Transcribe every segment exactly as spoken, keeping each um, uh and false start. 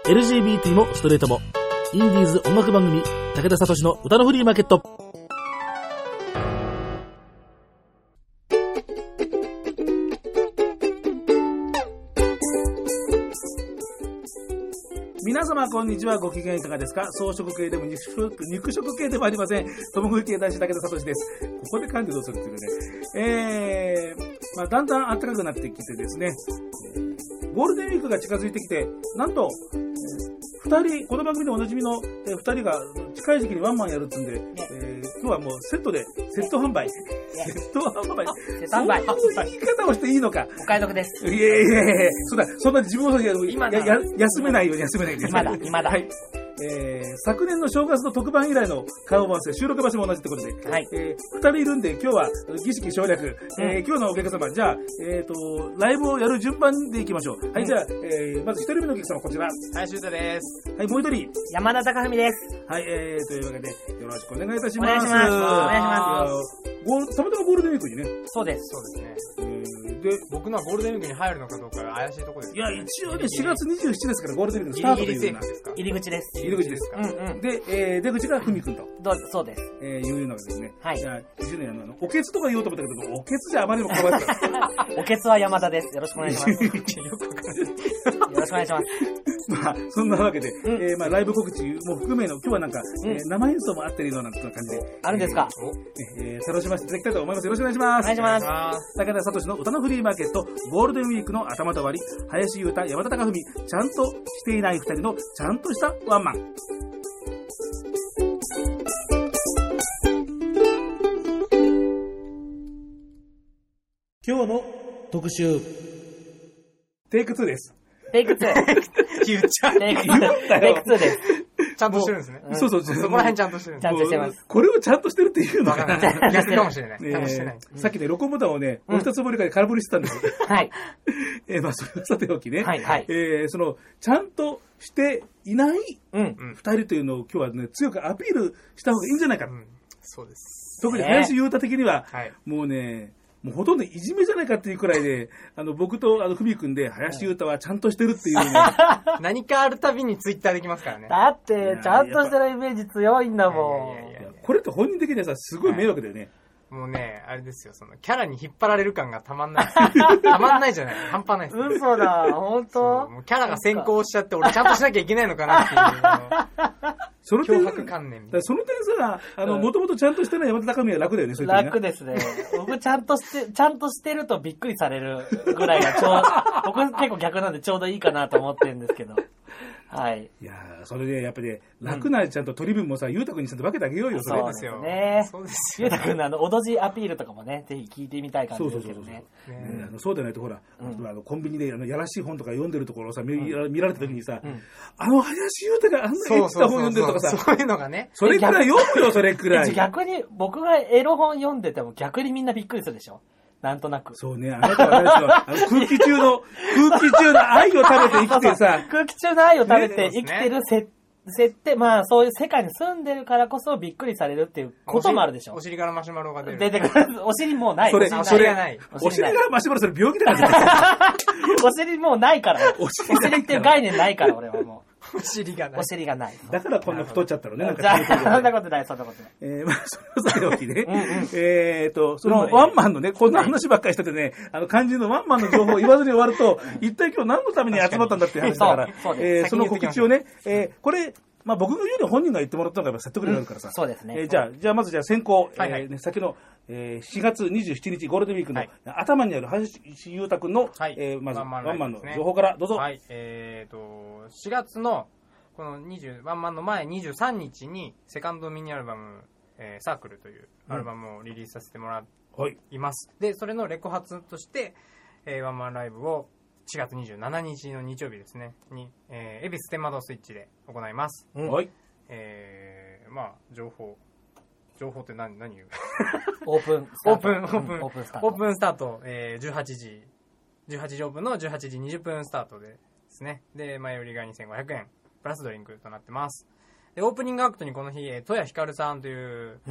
エルジービーティー もストレートも。インディーズ音楽番組、武田聡の歌のフリーマーケット。皆様こんにちは。ご機嫌いかがですか？草食系でも肉食、肉食系でもありません。共食い系男子武田聡です。ここで噛んでどうするっていうね。えー、まあだんだん暖かくなってきてですね、ゴールデンウィークが近づいてきて、なんと、二人、この番組でおなじみの二人が近い時期にワンマンやるってんで、えー、今日はもうセットで、セット販売。セット販売。 セット販売。 そういう言い方をしていいのか。 お買い得です。 いやいやいやそんな、そんな自分をややや休めないように休めないで。 今だ、今だ。 はい。えー、昨年の正月の特番以来の顔合わせ、収録場所も同じってことで、はい、えー、二人いるんで、今日は儀式省略、うん、えー、今日のお客様、じゃあ、えっ、ー、と、ライブをやる順番でいきましょう。はい、うん、じゃあ、えー、まず一人目のお客様、こちら。 はい、シュートです。 はい、もう一人。 山田貴文です。 はい、えー、というわけで、よろしくお願いいたします。お願いします。お願いします。 ゴール、たまたまゴールデンウィークにね。 そうです。 そうですね。で、僕のはゴールデンウィークに入るのかどうか怪しいところです、ね。 いや、一応ね、しがつにじゅうしちですから、ゴールデンウィークのスタートというような。 入り口です。 入り口ですか。うんうん。で、えー、出口がふみくんと。 どうそうです。 えー、いうのがですね。 はい。 じゃあ、いちねんあの、おけつとか言おうと思ったけど、おけつじゃあまりにもかわいそう。 おけつは山田です。よろしくお願いします。よろしくお願いします。 まあ、そんなわけで、うん、えー、まあ、ライブ告知も含めの、今日はなんか、うん、えー、生演奏もあってるような感じで。 あるんですか？ えー、楽しませていただきたいと思います。よろしくお願いします。 お願いします。 武田聡の歌のフリーマーケット、ゴールデンウィークの頭と終わり、林優太、山田貴文、ちゃんとしていない二人のちゃんとしたワンマン。今日の特集、テイクツーです。 テイクツー。 言っちゃう。 テイクツー。テイクツーです。 ちゃんとしてるんですね。 そうそう、 そこら辺ちゃんとしてるんです。 ちゃんとしてます。 これをちゃんとしてるっていうのわかんない。逆かもしれない。ちゃんとしてない。 さっきね、録音ボタンをね、押したつもりから空振りしてたんですよ。 はい。 えまあ、それはさておきね。 はいはい。 えその、ちゃんとしていない二人というのを今日はね、強くアピールした方がいいんじゃないか。 そうです。 特に林優太的には、もうね、もうほとんどいじめじゃないかっていうくらいで、あの、僕とあの、ふみくんで、林優太はちゃんとしてるっていうね。 何かあるたびにツイッターできますからね。 だって、ちゃんとしてるイメージ強いんだもん。 いやいやいやこれって本人的にはさ、すごい迷惑だよね。はいもうね、あれですよ、その、キャラに引っ張られる感がたまんない。たまんないじゃない。半端ないです、ね。 嘘だ、ほんともうキャラが先行しちゃって、俺ちゃんとしなきゃいけないのかなっていう。 その点、 脅迫観念みたいな。 その点さ、あの、もともとちゃんとしてない山田貴文は楽だよね、そういう点楽ですね。僕ちゃんとして、ちゃんとしてるとびっくりされるぐらいがちょうど、僕結構逆なんでちょうどいいかなと思ってるんですけど。はい。 いやー、それでやっぱり楽なちゃんと取り分もさ、ゆうたくんにちゃんと分けてあげようよ、それ。 そうですよね。そうですよ。ゆうたくんのあの、おどじアピールとかもね、ぜひ聞いてみたい感じですけどね。 そうでないとほら、あのコンビニであのやらしい本とか読んでるところをさ、見られた時にさ、あの林ゆうたがあんなエッチな本読んでるとかさ、 そういうのがね。 それくらい読むよ、それくらい。 逆に、僕がエロ本読んでても逆にみんなびっくりするでしょ。なんとなく。 そうね、あなたはあれですよ、空気中の、空気中の愛を食べて生きてさ。 空気中の愛を食べて生きてる設設定、まあそういう世界に住んでるからこそびっくりされるっていうこともあるでしょ。 お尻からマシュマロが出る。 出てくる。お尻もうない。 それ、 お尻がない。お尻からマシュマロそれ病気だから。 お尻もうないから。お尻っていう概念ないから、俺はもう。 お尻がない。 お尻がない。 だからこんな太っちゃったのね。なんかそんなことない、そんなことない。 えー、まあ、それはさておきね。えっと、そのワンマンのね、こんな話ばっかりしててね、あの、肝心のワンマンの情報を言わずに終わると、一体今日何のために集まったんだっていう話だから、えー、その告知をね、えー、これ、まあ僕の言うより本人が言ってもらったのが説得力があるからさ。 そうですね。 えー、じゃあ、じゃあまずじゃあ先行、えーね、先の、えー、しがつにじゅうしちにちゴールデンウィークの頭にある林優太くんの、えー、まずワンマンの情報からどうぞ。 はい、えーと、しがつのこのにじゅうワンマンの前にじゅうさんにちにセカンドミニアルバム、えー、サークルというアルバムをリリースさせてもらいます。うん、で、それのレコ発として、えー、ワンマンライブをしがつにじゅうしちにちの日曜日ですね、に、えー、恵比寿天窓スイッチで行います。 はい。 えー、まあ、情報。情報って何、何言うオープンオープン、オープン、 オープンスタート。 オープンスタート、えー、じゅうはちじ、じゅうはちじオープンのじゅうはちじにじゅっぷんスタートですね。で、前売りがにせんごひゃくえん、プラスドリンクとなってます。で、オープニングアクトにこの日、戸谷ひかるさんという、うん、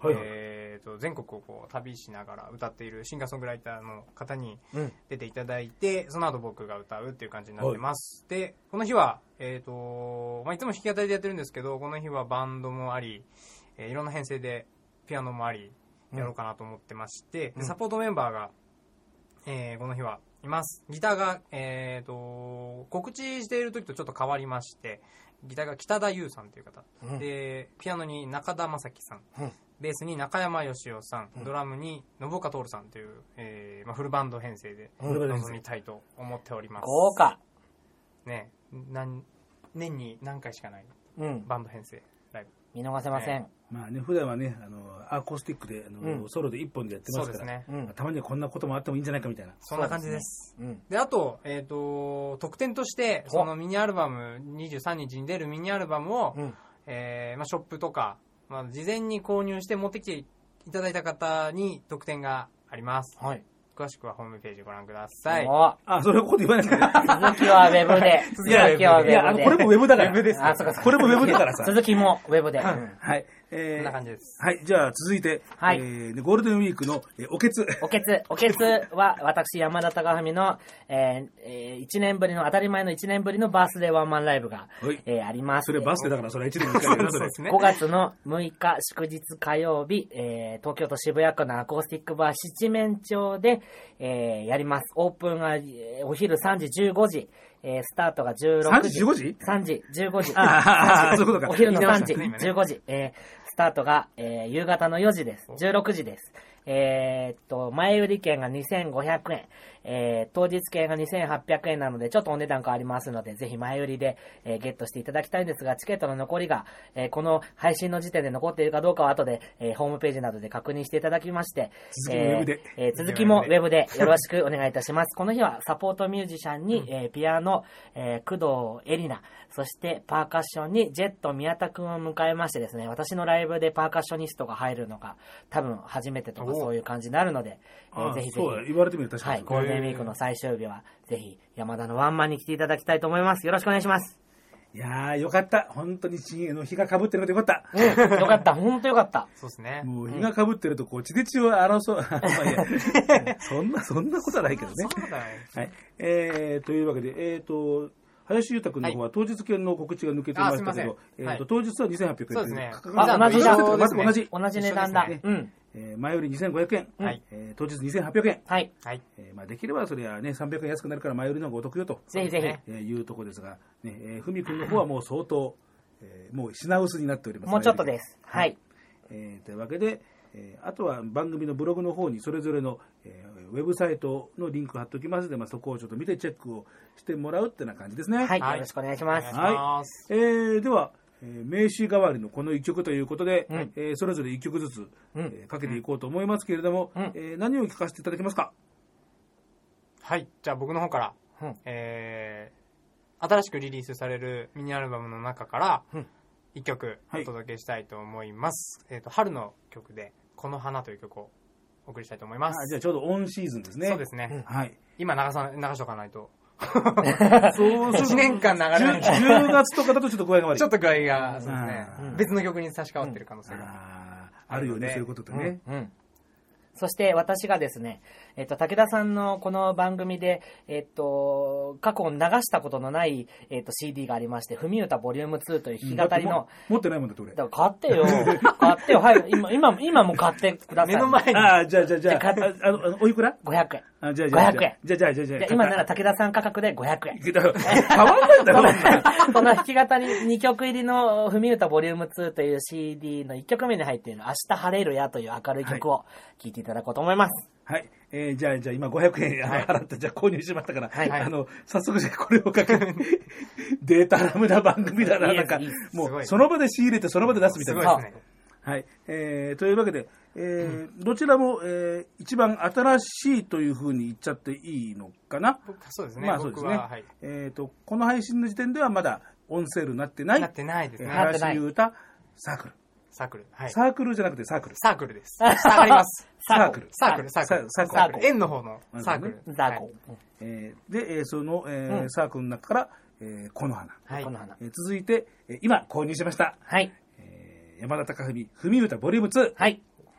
はいはい、 えー、と全国をこう旅しながら歌っているシンガーソングライターの方に出ていただいて、うん、その後僕が歌うっていう感じになってます、はい、でこの日は、えーとまあ、いつも弾き語りでやってるんですけど、この日はバンドもあり、えー、いろんな編成でピアノもありやろうかなと思ってまして、うん、でサポートメンバーが、えー、この日はいます。ギターが、えー、と告知している時とちょっと変わりまして、ギターが北田優さんという方、うん、でピアノに中田正樹さん、うん、ベースに中山義雄さん、うん、ドラムに信岡徹さんという、えーまあ、フルバンド編成で臨みたいと思っております。 豪華ね、なん年に何回しかない、うん、バンド編成ライブ見逃せません、 えー、まあね、普段はね、あのアコースティックであの、うん、ソロで一本でやってますから、ね、うん、たまにはこんなこともあってもいいんじゃないかみたいな、 そんな感じです。で、ね、うん、であと、えーと、特典としてそのミニアルバムにじゅうさんにちに出るミニアルバムを、うん、えーまあ、ショップとか、まあ、事前に購入して持ってきていただいた方に特典があります。はい、詳しくはホームページご覧ください。 あ、それはここで言わないで。 続きはウェブで。続きはウェブで。いや、 これもウェブだから。 ウェブです。 あ、そうか、これもウェブだからさ。 続きもウェブで。 はい。 えー、こんな感じです。 はい。じゃあ、続いて、はい、えー、ゴールデンウィークの、えー、おけつ。 おけつ。おけつは、私、山田貴文の、えー、いちねんぶりの、当たり前のいちねんぶりのバースデーワンマンライブが、えー、あります。 それバースデーだから、それはいちねんにいっかいやるそうですね。 ごがつのむいか、祝日火曜日、えー、東京都渋谷区のアコースティックバー七面町で、えー、やります。オープンが、えー、お昼さんじじゅうごじ。えー、スタートがじゅうろくじ。 さんじじゅうごじ ? さんじ、じゅうごじ。 ああ、そういうことか。 お昼のさんじ、じゅうごじ。えー、スタートが、えー、夕方のよじです。じゅうろくじです。えー、っと、前売り券がにせんごひゃくえん。えー、当日券がにせんはっぴゃくえんなので、ちょっとお値段変わりますので、ぜひ前売りで、えー、ゲットしていただきたいんですが、チケットの残りが、えー、この配信の時点で残っているかどうかは後で、えー、ホームページなどで確認していただきまして、 続きもウェブで。 えー、続きもウェブでよろしくお願いいたします。この日はサポートミュージシャンに、えー、ピアノ、えー、工藤エリナ、そしてパーカッションにジェット宮田くんを迎えましてですね、私のライブでパーカッショニストが入るのが多分初めてとかそういう感じになるので、えー、ぜひぜひ。 そう言われてみると確かに。 はい、ゴールデンウィークの最終日はぜひ山田のワンマンに来ていただきたいと思います。よろしくお願いします。 いやーよかった。本当にの日が被ってるのでよかった。 うん、よかった。本当よかった。 そうですね。 もう日が被ってるとこう血で血を争う。まあいやそんなそんなことはないけどね。 そうだね。 はい。えー、というわけでえっ、ー、と。林裕太君の方は当日券の告知が抜けてましたけど、えーと当日はにせんはっぴゃくえん。 そうですね。 あ、同じだ。 同じ。 同じ値段だ。うん。 えー、前よりにせんごひゃくえん。はい。えー、当日にせんはっぴゃくえん。 はい。 はい。 えー、まあできればそれはね、さんびゃくえん安くなるから前よりの方がお得よと。 ぜひぜひ。 えー、いうところですが、ね、えー、ふみ君の方はもう相当、えー、もう品薄になっております。 もうちょっとです。はい。 えー、というわけで、えー、あとは番組のブログの方にそれぞれの、えー、ウェブサイトのリンク貼っておきますので、まあ、そこをちょっと見てチェックをしてもらうってな感じですね。 はい、はい、よろしくお願いします。 はい。えー、では、えー、名詞代わりのこのいっきょくということで、うん、えー、それぞれいっきょくずつ、うん、えー、かけていこうと思いますけれども、うん、えー、何を聞かせていただけますか？ はい、じゃあ僕の方から、うん、えー、新しくリリースされるミニアルバムの中から、うん、いっきょくお届けしたいと思います。はい、えーと、春の曲で、この花という曲をお送りしたいと思います。 あ、じゃあちょうどオンシーズンですね。 そうですね。うん、はい。今流さ、流しとかないと。 そういちねんかん流れない。 じゅうがつとかだとちょっと具合が悪い。 ちょっと具合が、そうですね。別の曲に差し替わってる可能性が、うん、 あ, あるよね、そういうことってね。うんうん、 そして私がですね、えっと、武田さんのこの番組で、えっと、過去流したことのない、えっと、シーディー がありまして、文歌ボリュームツーという弾き語りの。 持ってないもんだって俺。 だから買ってよ。買ってよ。はい。今、今、今も買ってください。 目の前に。 ああ、じゃあ、じゃあ、じゃあ、あの、おいくら ?ごひゃく 円。 あ、じゃあ、じゃあ、ごひゃくえん。 じゃあ、じゃあ、じゃあ、じゃあ、 今なら武田さん価格でごひゃくえん。 変わんないんだろ、 この弾き語りにきょく入りの文歌ボリュームツーという シーディー のいっきょくめに入っている明日晴れるやという明るい曲を聴いていただこうと思います。 はい。えー、じゃあ、じゃあ今ごひゃくえん払って、じゃあ購入しましたから、はい、あの、早速じゃあこれをかける。データラムな番組だな、なんか、もうその場で仕入れてその場で出すみたいな。 そうですね。 はい。えー、というわけで、えーうん、どちらも、えー、一番新しいというふうに言っちゃっていいのかな。 そうですね。 まあそうですね。はい、えっ、ー、と、この配信の時点ではまだオンセールになってない。 なってないですね。 林裕太サークル。 サークル。はい。 サークルじゃなくてサークル。 サークルです。下がります。 サークル。 サークル。サークル。 サークル。 円の方のサークル。 サークル。 えー、で、えー、その、えーうん、サークルの中から、えー、この花。 はい。この花。 えー、続いて、えー、今購入しました。 はい。 えー、山田貴文、文歌ボリュームツー。 はい。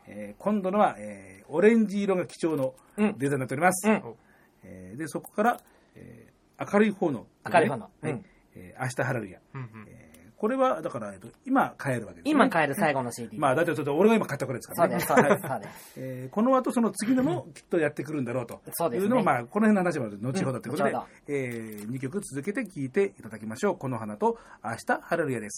えー、今度のは、えー、オレンジ色が基調のデザインになっております。うん、えー、で、そこから、えー、明るい方の、ね、 明るい方の。 はい。うん、えー、明日ハレルヤ。うんうん、えーこれは、だから、えっと、今買えるわけですね。 今買える最後の シーディー。 まあ、だってちょっと俺が今買ったこれですからね。 そうです、そうです、そうです。 えー、この後、その次のもきっとやってくるんだろうと。そうですね。いうのも、まあ、この辺の話は後ほどということで、うん、えー、にきょく続けて聴いていただきましょう。この花と明日ハレルヤです。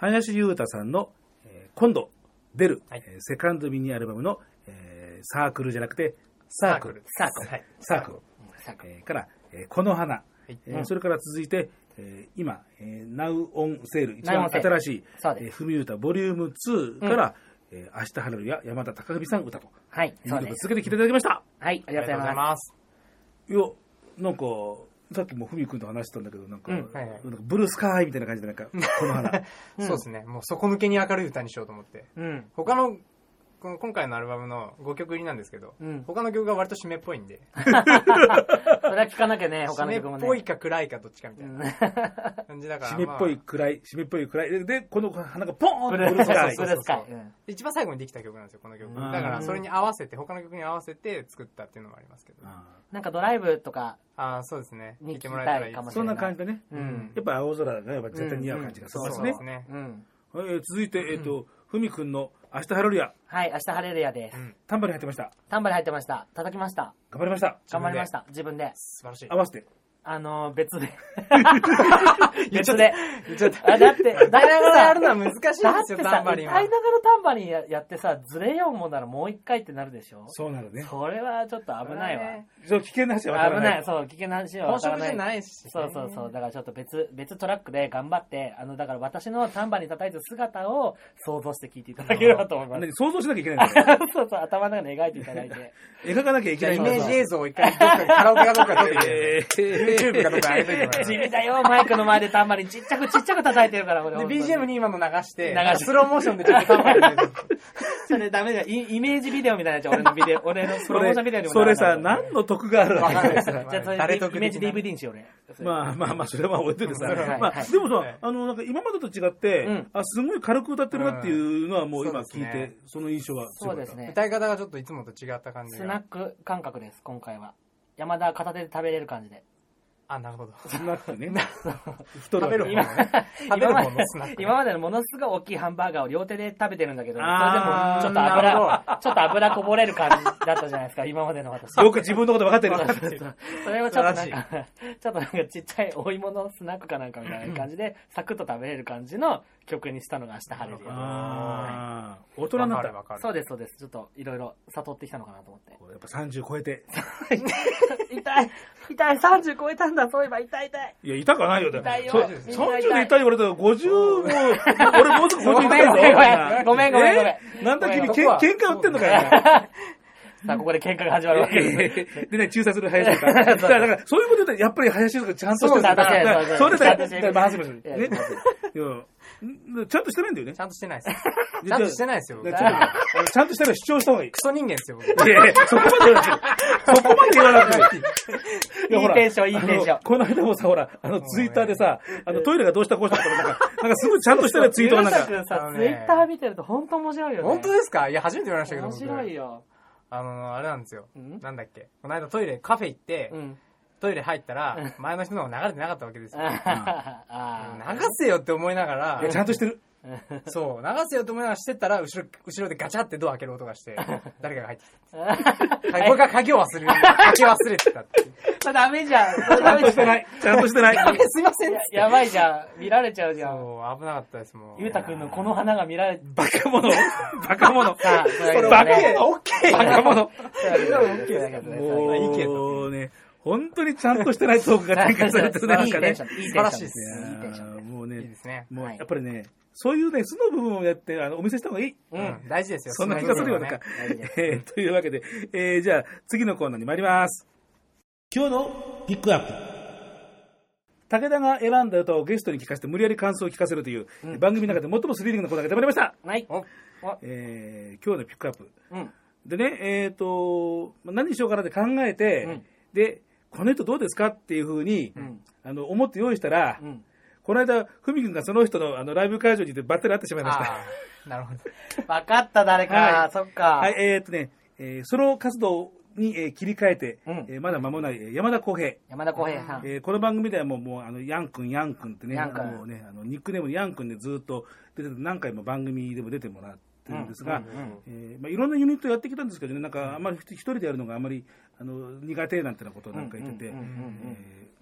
林優太さんの、えー、今度出る、 はいえー、セカンドミニアルバムの、えー、サークルじゃなくてサークルサークル。 はい。 サークル、えー、から、えー、この花、 はいえー、それから続いて、えー、今、えー、Now on Sale 一 Now 番 on Sale 新しいそうですえー、ふみ歌ボリュームツーから、うんえー、明日晴れるや山田貴文さん歌とはい、 いうことそうです。 続けてきていただきました。 はい、ありがとうございます。 す。 いやなんかさっきもふみくんと話してたんだけどなんか,、 うんはいはいなんかブルースカイみたいな感じでなんかこの花うんそうですね。もう底抜けに明るい歌にしようと思って。 うん。 他の、この今回のアルバムのごきょく入りなんですけど、 うん。 他の曲が割と締めっぽいんで、 それは聞かなきゃね、他締めっの曲もね。 ぽいか暗いかどっちかみたいうんな感じだから、 締めっぽいまあ暗い締めっぽい暗いででこの花がポーンとブルースカイ。 ブルースカイブルースカイ。うん一番最後にできた曲なんですよ、この曲。 うんだからそれに合わせて、他の曲に合わせて作ったっていうのもありますけど。 あなんかドライブとか、 ああ、そうですね。 に聞いてもらえたらいいです聞きたいかもしーそんな感じでね、 うん。 やっぱ青空がやっぱ絶対似合う感じがしそうますね、 ですね。 うん。 えー続いて、えっ、とふみくんの明日晴れるやはい、明日晴れるやですう。ん。 タンバリン入ってました。 タンバリン入ってました。叩きました。 頑張りました。 頑張りました。自分で。 素晴らしい。 合わせてあのー、別で。 言っちゃった別で。 言っちゃった。 あ、だって、だって歌いながらやるのは難しいんですよ、 だってさ、 タンバリンは歌い。ながらタンバリンややってさ、ずれようもんならもう一回ってなるでしょ。 そうなるね。 それはちょっと危ないわ。 そう危険な話は分からない。 危ない。そう、危険な話は本分からない。 職じゃないし。 そうそうそう。だからちょっと別、別トラックで頑張って、あの、だから私のタンバリン叩いてる姿を想像して聞いていただければと思います。 何想像しなきゃいけないんだよ。 そうそう、頭の中に描いていただいて。 描かなきゃいけないじゃあイメージ映像を一回どっかにカラオケかどっかで撮ってきて、YouTube かどっかに上げといてもら地味だよ、マイクの前でタンバリンちっちゃくちっちゃく叩いてるから、俺で、ビージーエム に今の流して、 流してスローモーションでちょっとタンバリン入れてそれダメだよ。イイメージビデオみたいになっちゃう。俺のビデオ、俺のプそロモーションビデオにもならないれそれさ、何の得があるわけわかんないですよ。 じゃあ、それ誰得イメージ ディーブイディー にしよう、俺。 まあまあまあ、それは置いといてさ。 はいまあ、 はいでもさ、 はいあの、なんか今までと違って、 うんあ、すごい軽く歌ってるなっていうのはもう今聞いうんそうですね、 てその印象が強かった。 そうですね。 歌い方がちょっといつもと違った感じスナッが。 ク感覚です、今回は。山田片手で食べれる感じで。 あ、なるほど。 スナックね。太るわけ食べる方今ね。食べる方のスナック。 今までのものすごい大きいハンバーガーを両手で食べてるんだけど、それでもあーちょっとなる油、ちょっと油こぼれる感じだったじゃないですか、今までの私。 よく自分のこと分かってる。 それをちょっとなんか、ちょっとなんかちっちゃいお芋のスナックかなんかみたいな感じで、サクッと食べれる感じの曲にしたのが明日晴れるよ。 ああ、大人になった。 わかる。 そうです、そうです。ちょっといろいろ悟ってきたのかなと思って。 やっぱさんじゅう超えて。 痛い痛い !さんじゅう 超えたんだ、そういえば痛い痛い。 いや、痛くはないよ。 痛いよそうみんな痛いさんじゅうで痛い言われたらごじゅうも、俺もうすぐごじゅう痛いぞ。 ごめんごめんごめんごめんごめんえなんだ君、 ごめんけ喧嘩売ってんのかよ。 さあ、ここで喧嘩が始まるわけです。 でね、仲裁する林とか。だから、だからそういうこと言ったら、やっぱり林とかちゃんとしてる。 そうだだからそうだそれちゃんとしてるで、まずまず。ね。 いやいや、んちゃんとしてないんだよねち。ゃんとしてないです。ちゃんとしてないですよ。 いやちょっとちゃんとしたら主張した方がいい。 クソ人間ですよ、僕。 いやいや、そこまで言わなくて。そこまで言わなくて。 いいテンションいいテンションあのこの間もさ、ほら、あの、ツイッターでさ、あの、トイレがどうしたこうしたとか、なんか、なんかすごいちゃんとしたツイートがなんか。 君さあ、のねツイッター見てると本当面白いよね。 本当ですか？いや、初めて言われましたけど。 面僕白いよ。 あの、あれなんですよ。 うんなんだっけ。この間トイレ、カフェ行ってう、ん。 トイレ入ったら、前の人の方が流れてなかったわけですよ。 あ流せよって思いながいや、 らち、ゃんとしてる。 そう、流せよって思いながらしてったら、後ろ、後ろでガチャってドア開ける音がして、誰かが入ってきた。はい僕が鍵を忘れる。鍵忘れてたっていう。 それダメじゃん。それちゃダメじゃん。 んとしてない。ちゃんとしてない。 やべすいませんっつってやばいじゃん。見られちゃうじゃん。 そう、危なかったです、もう。 ゆうたくんのこの花が見られてバカ者。バカ者。 さあ、それバカね。 者。オッケー。バカ者。 もいいけどもうね、本当にちゃんとしてないトークが展開されてるね、なんかね。 いいテンション、いいテンションです。 いやいいテンションです。 ーもうねいいで、すね。 もうはいやっぱりね、そういうね、素の部分をやって、あの、お見せした方がいい。 うん、大事ですよ。 そんな気がするよ、なんか。えーというわけで、えーじゃあ、次のコーナーに参ります。今日のピックアップ。武田が選んだ歌をゲストに聞かせて無理やり感想を聞かせるという、 うん番組の中で最もスリリングなコーナーが決まりました。 はい。 おえー今日のピックアップ。 うん。 でね、えっ、と、まあ何にしようかなって考えて、 うんで、この人どうですかっていうふうに、 うん。 あの、思って用意したら、 うん。 この間、ふみくんがその人のあのライブ会場に行ってばったり会ってしまいました。 あーなるほど。 わかった、誰か。 はいそっか。 はい、えっ、とね、えーソロ活動に、えー切り替えて、 うんえーまだ間もない、えー山田康平。 山田浩平さん。 えーこの番組ではもう、もうあのヤン君、ヤン君ってね、 ヤン君もうね、あのニックネームでヤン君でずっと出てて、何回も番組でも出てもらってるんですが、 うんうんうんえーまあ、いろんなユニットやってきたんですけどね、なんかあんまり一人でやるのがあまりあの苦手なんてなことをなんか言ってて、 うんうんうんうんうんえー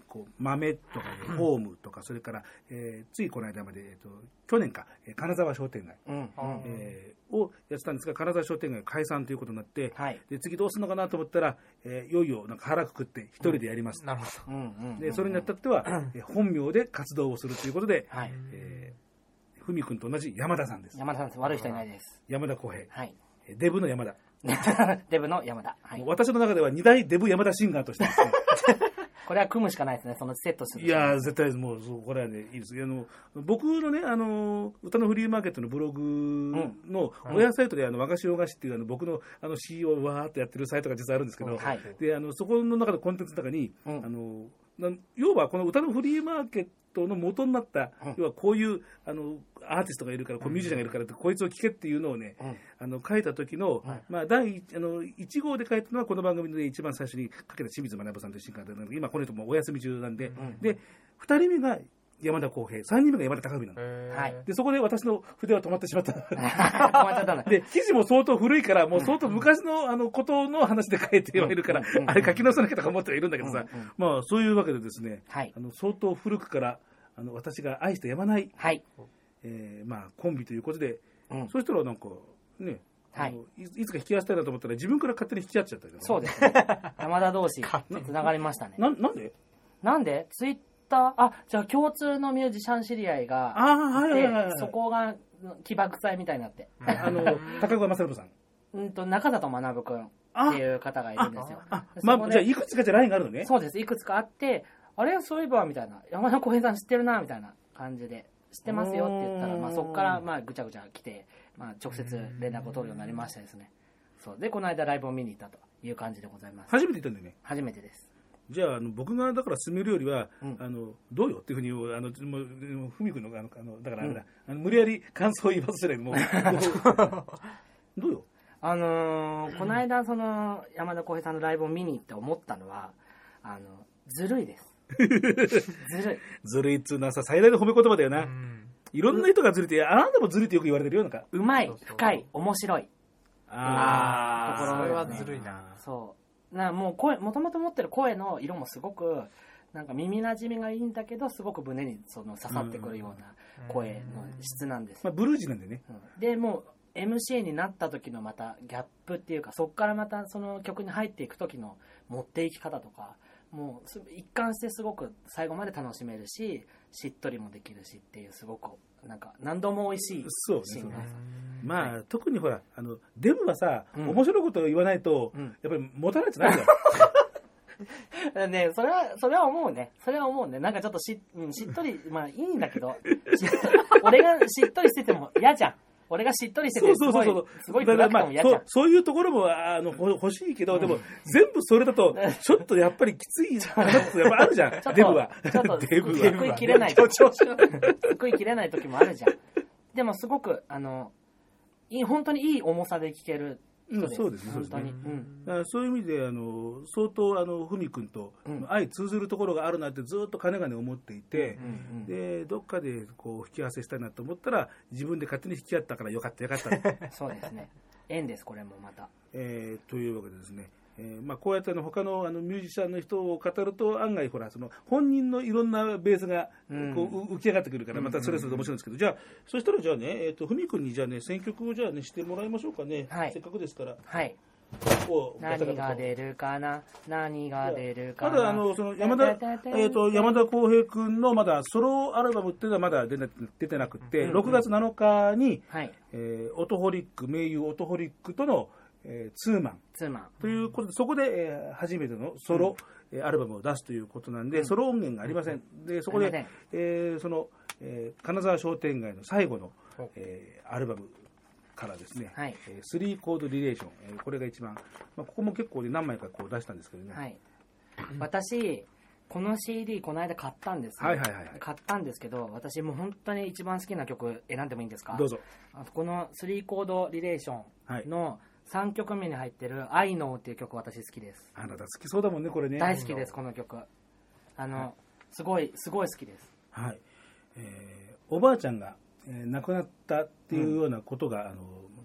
こう豆とかでホームとか、それから、えー、ついこの間まで、えー、と去年か金沢商店街、うんうんえー、をやってたんですが、金沢商店街解散ということになって、はい、で次どうするのかなと思ったら、えー、いよいよなんか腹くくって一人でやります、うん、なるほど。でそれにあたっては、うん、本名で活動をするということで、はいえー、ふみくんと同じ山田さんです。 山田さんです。悪い人いないです。 山田浩平、はい、デブの山田デブの山田、はい、 私の中では二大デブ山田シンガーとしてですねこれは組むしかないですね、そのセットする。 いや絶対もうそうこれはねいいです。あの僕のねあの歌のフリーマーケットのブログの親サイトであの和菓子洋菓子っていうあの僕のあの シーイーオー をわーっとやってるサイトが実はあるんですけど、はい、であのそこの中のコンテンツの中に、うん、あの要はこの歌のフリーマーケットの元になった、うん、要はこういうあのアーティストがいるからこうミュージシャンがいるからって、うん、こいつを聴けっていうのをね、うん、あの書いた時の、うんまあ、第あのいち号で書いたのはこの番組で一番最初に書けた清水学さんという新刊で、今この人もお休み中なんで、うん、でふたりめが山田浩平、さんにんめが山田貴文なの、はい、でそこで私の筆は止まってしまった止まっちゃったで記事も相当古いからもう相当昔のあのことの話で書いてはいるから、うん、あれ書き直さなきゃとか思ってはいるんだけどさ、うんうん、まあそういうわけでですね、はい、あの相当古くからあの私が愛してやまない、はいえーまあ、コンビということで、うん、そうしたらなんかね、はい、い, いつか引き合わせたいなと思ったら自分から勝手に引き合っちゃったりとか、 そうですね山田同士つながりましたね。 な, なんでなんでツイッターあじゃあ共通のミュージシャン知り合いがあ、はいはいはいはい、そこが起爆剤みたいになってあの高桑正信さんうんと中里学君っていう方がいるんですよ。 ああ、まあ、じゃあいくつかじゃラインがあるのね。 そうです、いくつかあってあれそういえばみたいな山田浩平さん知ってるなみたいな感じで知ってますよって言ったら、まあ、そこからまあぐちゃぐちゃ来て、まあ、直接連絡を取るようになりましたですね。そうでこの間ライブを見に行ったという感じでございます。 初めて行ったんだよね。 初めてです。 じゃあ、あの僕がだから進めるよりは、うん、あのどうよっていうふうにあのふみくんのあのあのだからあれだ、うん、あの無理やり感想を言わせないでもうどうよ。 あのー、この間その山田浩平さんのライブを見に行って思ったのはあのずるいですずるいずるいっつうのはさ最大の褒め言葉だよな。いろんな人がずるいってあなたもずるいってよく言われてるよなんかうまい深い面白いああところ、ね、それはずるいな。 そうなもう声もともと持ってる声の色もすごくなんか耳なじみがいいんだけどすごく胸にその刺さってくるような声の質なんですよ、 まあ、ブルージーなんでね、 うん、でもう エムシー になった時のまたギャップっていうかそこからまたその曲に入っていく時の持っていき方とかもう一貫してすごく最後まで楽しめるししっとりもできるしっていうすごくなんか何度も美味しいシーンが、ね、 まあ、はい、特にほらあのデブはさ、うん、面白いことを言わないと、うん、やっぱり持たないとないんだよね、それはそれは思うねそれは思うねなんかちょっと し,、うん、しっとりまあいいんだけど俺がしっとりしてても嫌じゃん。俺がしっとりしててすごいすごい暗くても嫌じゃん、まあ、 そ, そういうところもあの欲しいけど、うん、でも全部それだとちょっとやっぱりきついなってやっぱあるじゃんデブはちょっとデブはすくいきれないすくいきれない時もあるじゃん。でもすごくあのいい本当にいい重さで聴ける人です、うん、そうですね本当に、 うん、そういう意味であの相当あのふみくんと相通ずるところがあるなってずっとかねがね思っていて、うんうんうん、でどっかでこう引き合わせしたいなと思ったら自分で勝手に引き合ったからよかったよかったそうですね縁ですこれもまた、 えー、というわけでですねえーまあ、こうやっての他のあのミュージシャンの人を語ると案外ほらその本人のいろんなベースがこう、うん、浮き上がってくるからまたそれぞれ面白いんですけど、じゃあそしたらじゃあねえっ、ー、とふみくんにじゃあね選曲をじゃあねしてもらいましょうかね、はい、せっかくですから。 はい。何が出るかな何が出るかな。 まだあのその山田えっ、ー、と山田浩平くんのまだソロアルバムっていうのはまだ出て出てなくて、うんうん、ろくがつなのかに、はいえー、オトホリック名優オトホリックとのえー、ツーマンツーマンということでそこで、えー、初めてのソロ、うん、アルバムを出すということなんで、うん、ソロ音源がありません。でそこで、えー、その、えー、金沢商店街の最後の、えー、アルバムからですね、はいえー、スリーコードリレーション、えー、これが一番、まあ、ここも結構、ね、何枚かこう出したんですけどね、はい、 私この シーディー この間買ったんです、はいはいはいはい、買ったんですけど私もう本当に一番好きな曲選んでもいいんですか。 どうぞ。 あとこのスリーコードリレーションの、はいさんきょくめに入ってる「I Know」っていう曲私好きです。 あなた好きそうだもんねこれね。 大好きですこの曲。あの、はい、すごいすごい好きです。 はい、えー、おばあちゃんが、えー、亡くなったっていうようなことが、うん、あの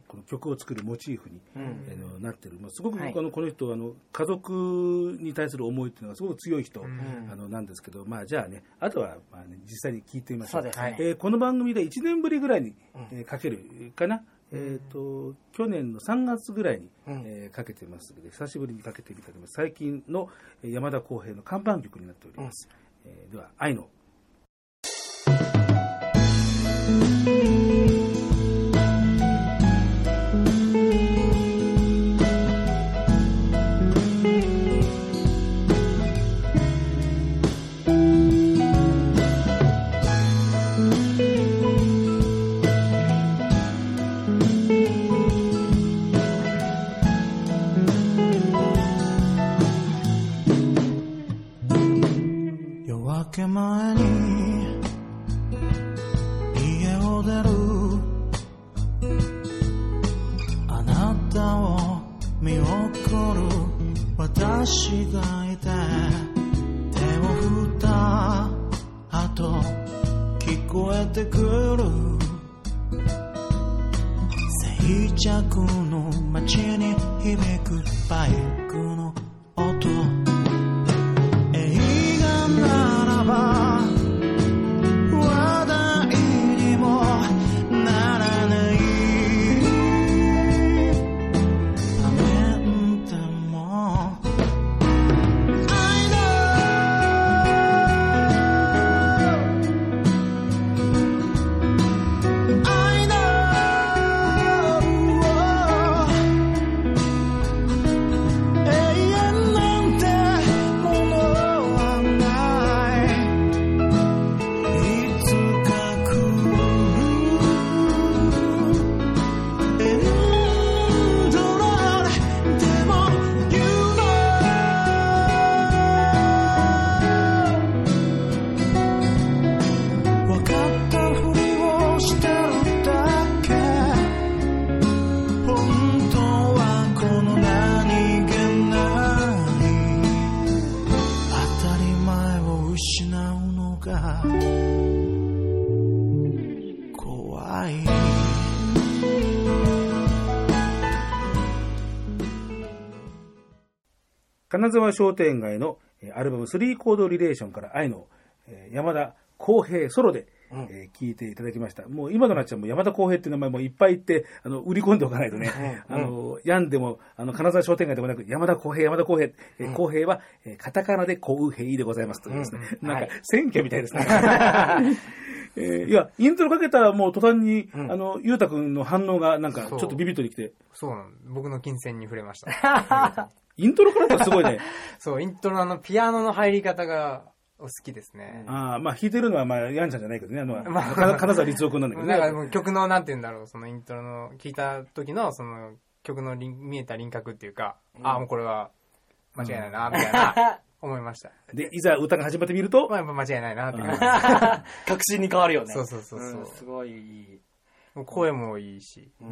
この曲を作るモチーフに、うんえー、なってる、まあ、すごく、はい、あのこの人あの家族に対する思いっていうのがすごく強い人、うん、あのなんですけど、まあ、じゃあねあとは、まあね、実際に聞いてみましょう。 そうですね。 えー、この番組でいちねんぶりぐらいに、えー、かけるかな、えー、と去年のさんがつぐらいに、うんえー、かけてますので久しぶりにかけてみたいと思います。最近の山田耕平の看板曲になっております、うんえー、では愛の金沢商店街のアルバムスリーコードリレーションから愛の山田耕平ソロで聴、うんえー、いていただきました。もう今となっちゃうも山田耕平っていう名前もいっぱい言ってあの売り込んでおかないとね、うん、あの病んでもあの金沢商店街でもなく山田耕平山田耕平、うん、耕平は、えー、カタカナで耕平でございますというですね、うん、なんか選挙みたいですね。えー、いやイントロかけたらもう途端に、うん、あのゆうたくんの反応がなんかちょっとビビッとにきて、 そうなの僕の金銭に触れました。 イントロからだったらすごいね。 そう、イントロのあのピアノの入り方が好きですね。 ああ、まあ弾いてるのはまあヤンちゃんじゃないけどね、あの、まあ、金沢律夫君なんだけどね。 なんかもう曲のなんて言うんだろう、そのイントロの聞いた時のその曲の見えた輪郭っていうか、うん、ああもうこれは間違いないなみたいな思いました。 でいざ歌が始まってみると、 まあやっぱ間違いないなって感じ。 確信に変わるよね。 そうそうそうそう、うん、 すごいいい。 もう声もいいし。 うん。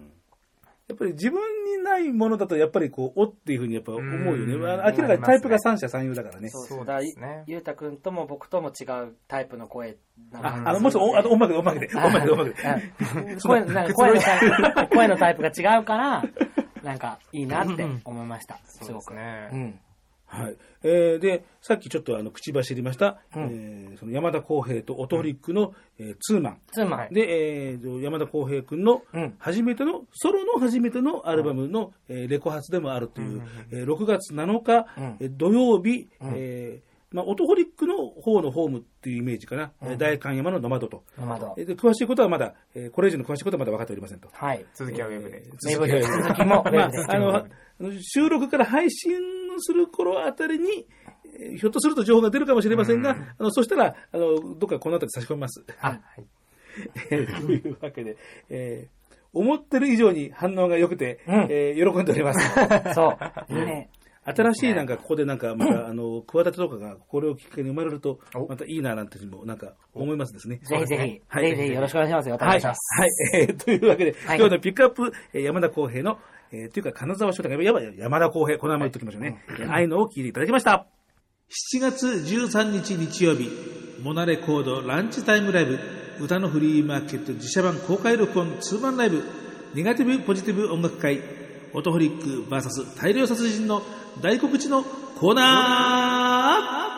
やっぱり自分にないものだとやっぱりこうおっていうふうにやっぱ思うよね。明らかにタイプが三者三様だからね。 そうそうだ。ゆうたくんとも僕とも違うタイプの声。 あ、あのもうちょっとあと音楽で音楽で音楽で音楽で。 声なんか声のタイプ声のタイプが違うからなんかいいなって思いました。すごくね。うん。 はい。えー、で、さっきちょっとあの口走りました、うんえー、その山田耕平とオトリックの、うんえー、ツーマン。 ツーマン。 で、えー、山田耕平君の初めての、うん、ソロの初めてのアルバムの、うんえー、レコ発でもあるという、うんえー、ろくがつなのか、うん、土曜日、うんえーまあ、オトホリックの方のホームっていうイメージかな。うん、代官山のノマドと。 ノマド。 で、詳しいことはまだ、えー、これ以上の詳しいことはまだ分かっておりませんと。 はい。 続きはウェブで。 ウェブで。続きもウェブで。 まあ、あの、収録から配信する頃あたりに、えー、ひょっとすると情報が出るかもしれませんが、うん、あのそしたら、あの、どっかこのあたり差し込みます。 あ、はい。 というわけで、えー、思ってる以上に反応が良くて、うんえー、喜んでおります。 そう。いいね。 新しいなんかここでなんかまたあの企てとかがこれをきっかけに生まれるとまたいいななんてもなんか思いますですね。 ぜひぜひ、はい、ぜひぜひよろしくお願いしますよ。お願いします。 はい、はいえー、というわけで、はい、今日のピックアップ山田耕平の、えー、というか金沢商店街山田耕平この名前言っておきましょうね。はい、愛のを聞いていただきました。しちがつじゅうさんにち日曜日モナレコードランチタイムライブ歌のフリーマーケット自社版公開録音ツーマンライブネガティブポジティブ音楽会オトホリック ブイエス 大量殺人の大告知のコーナ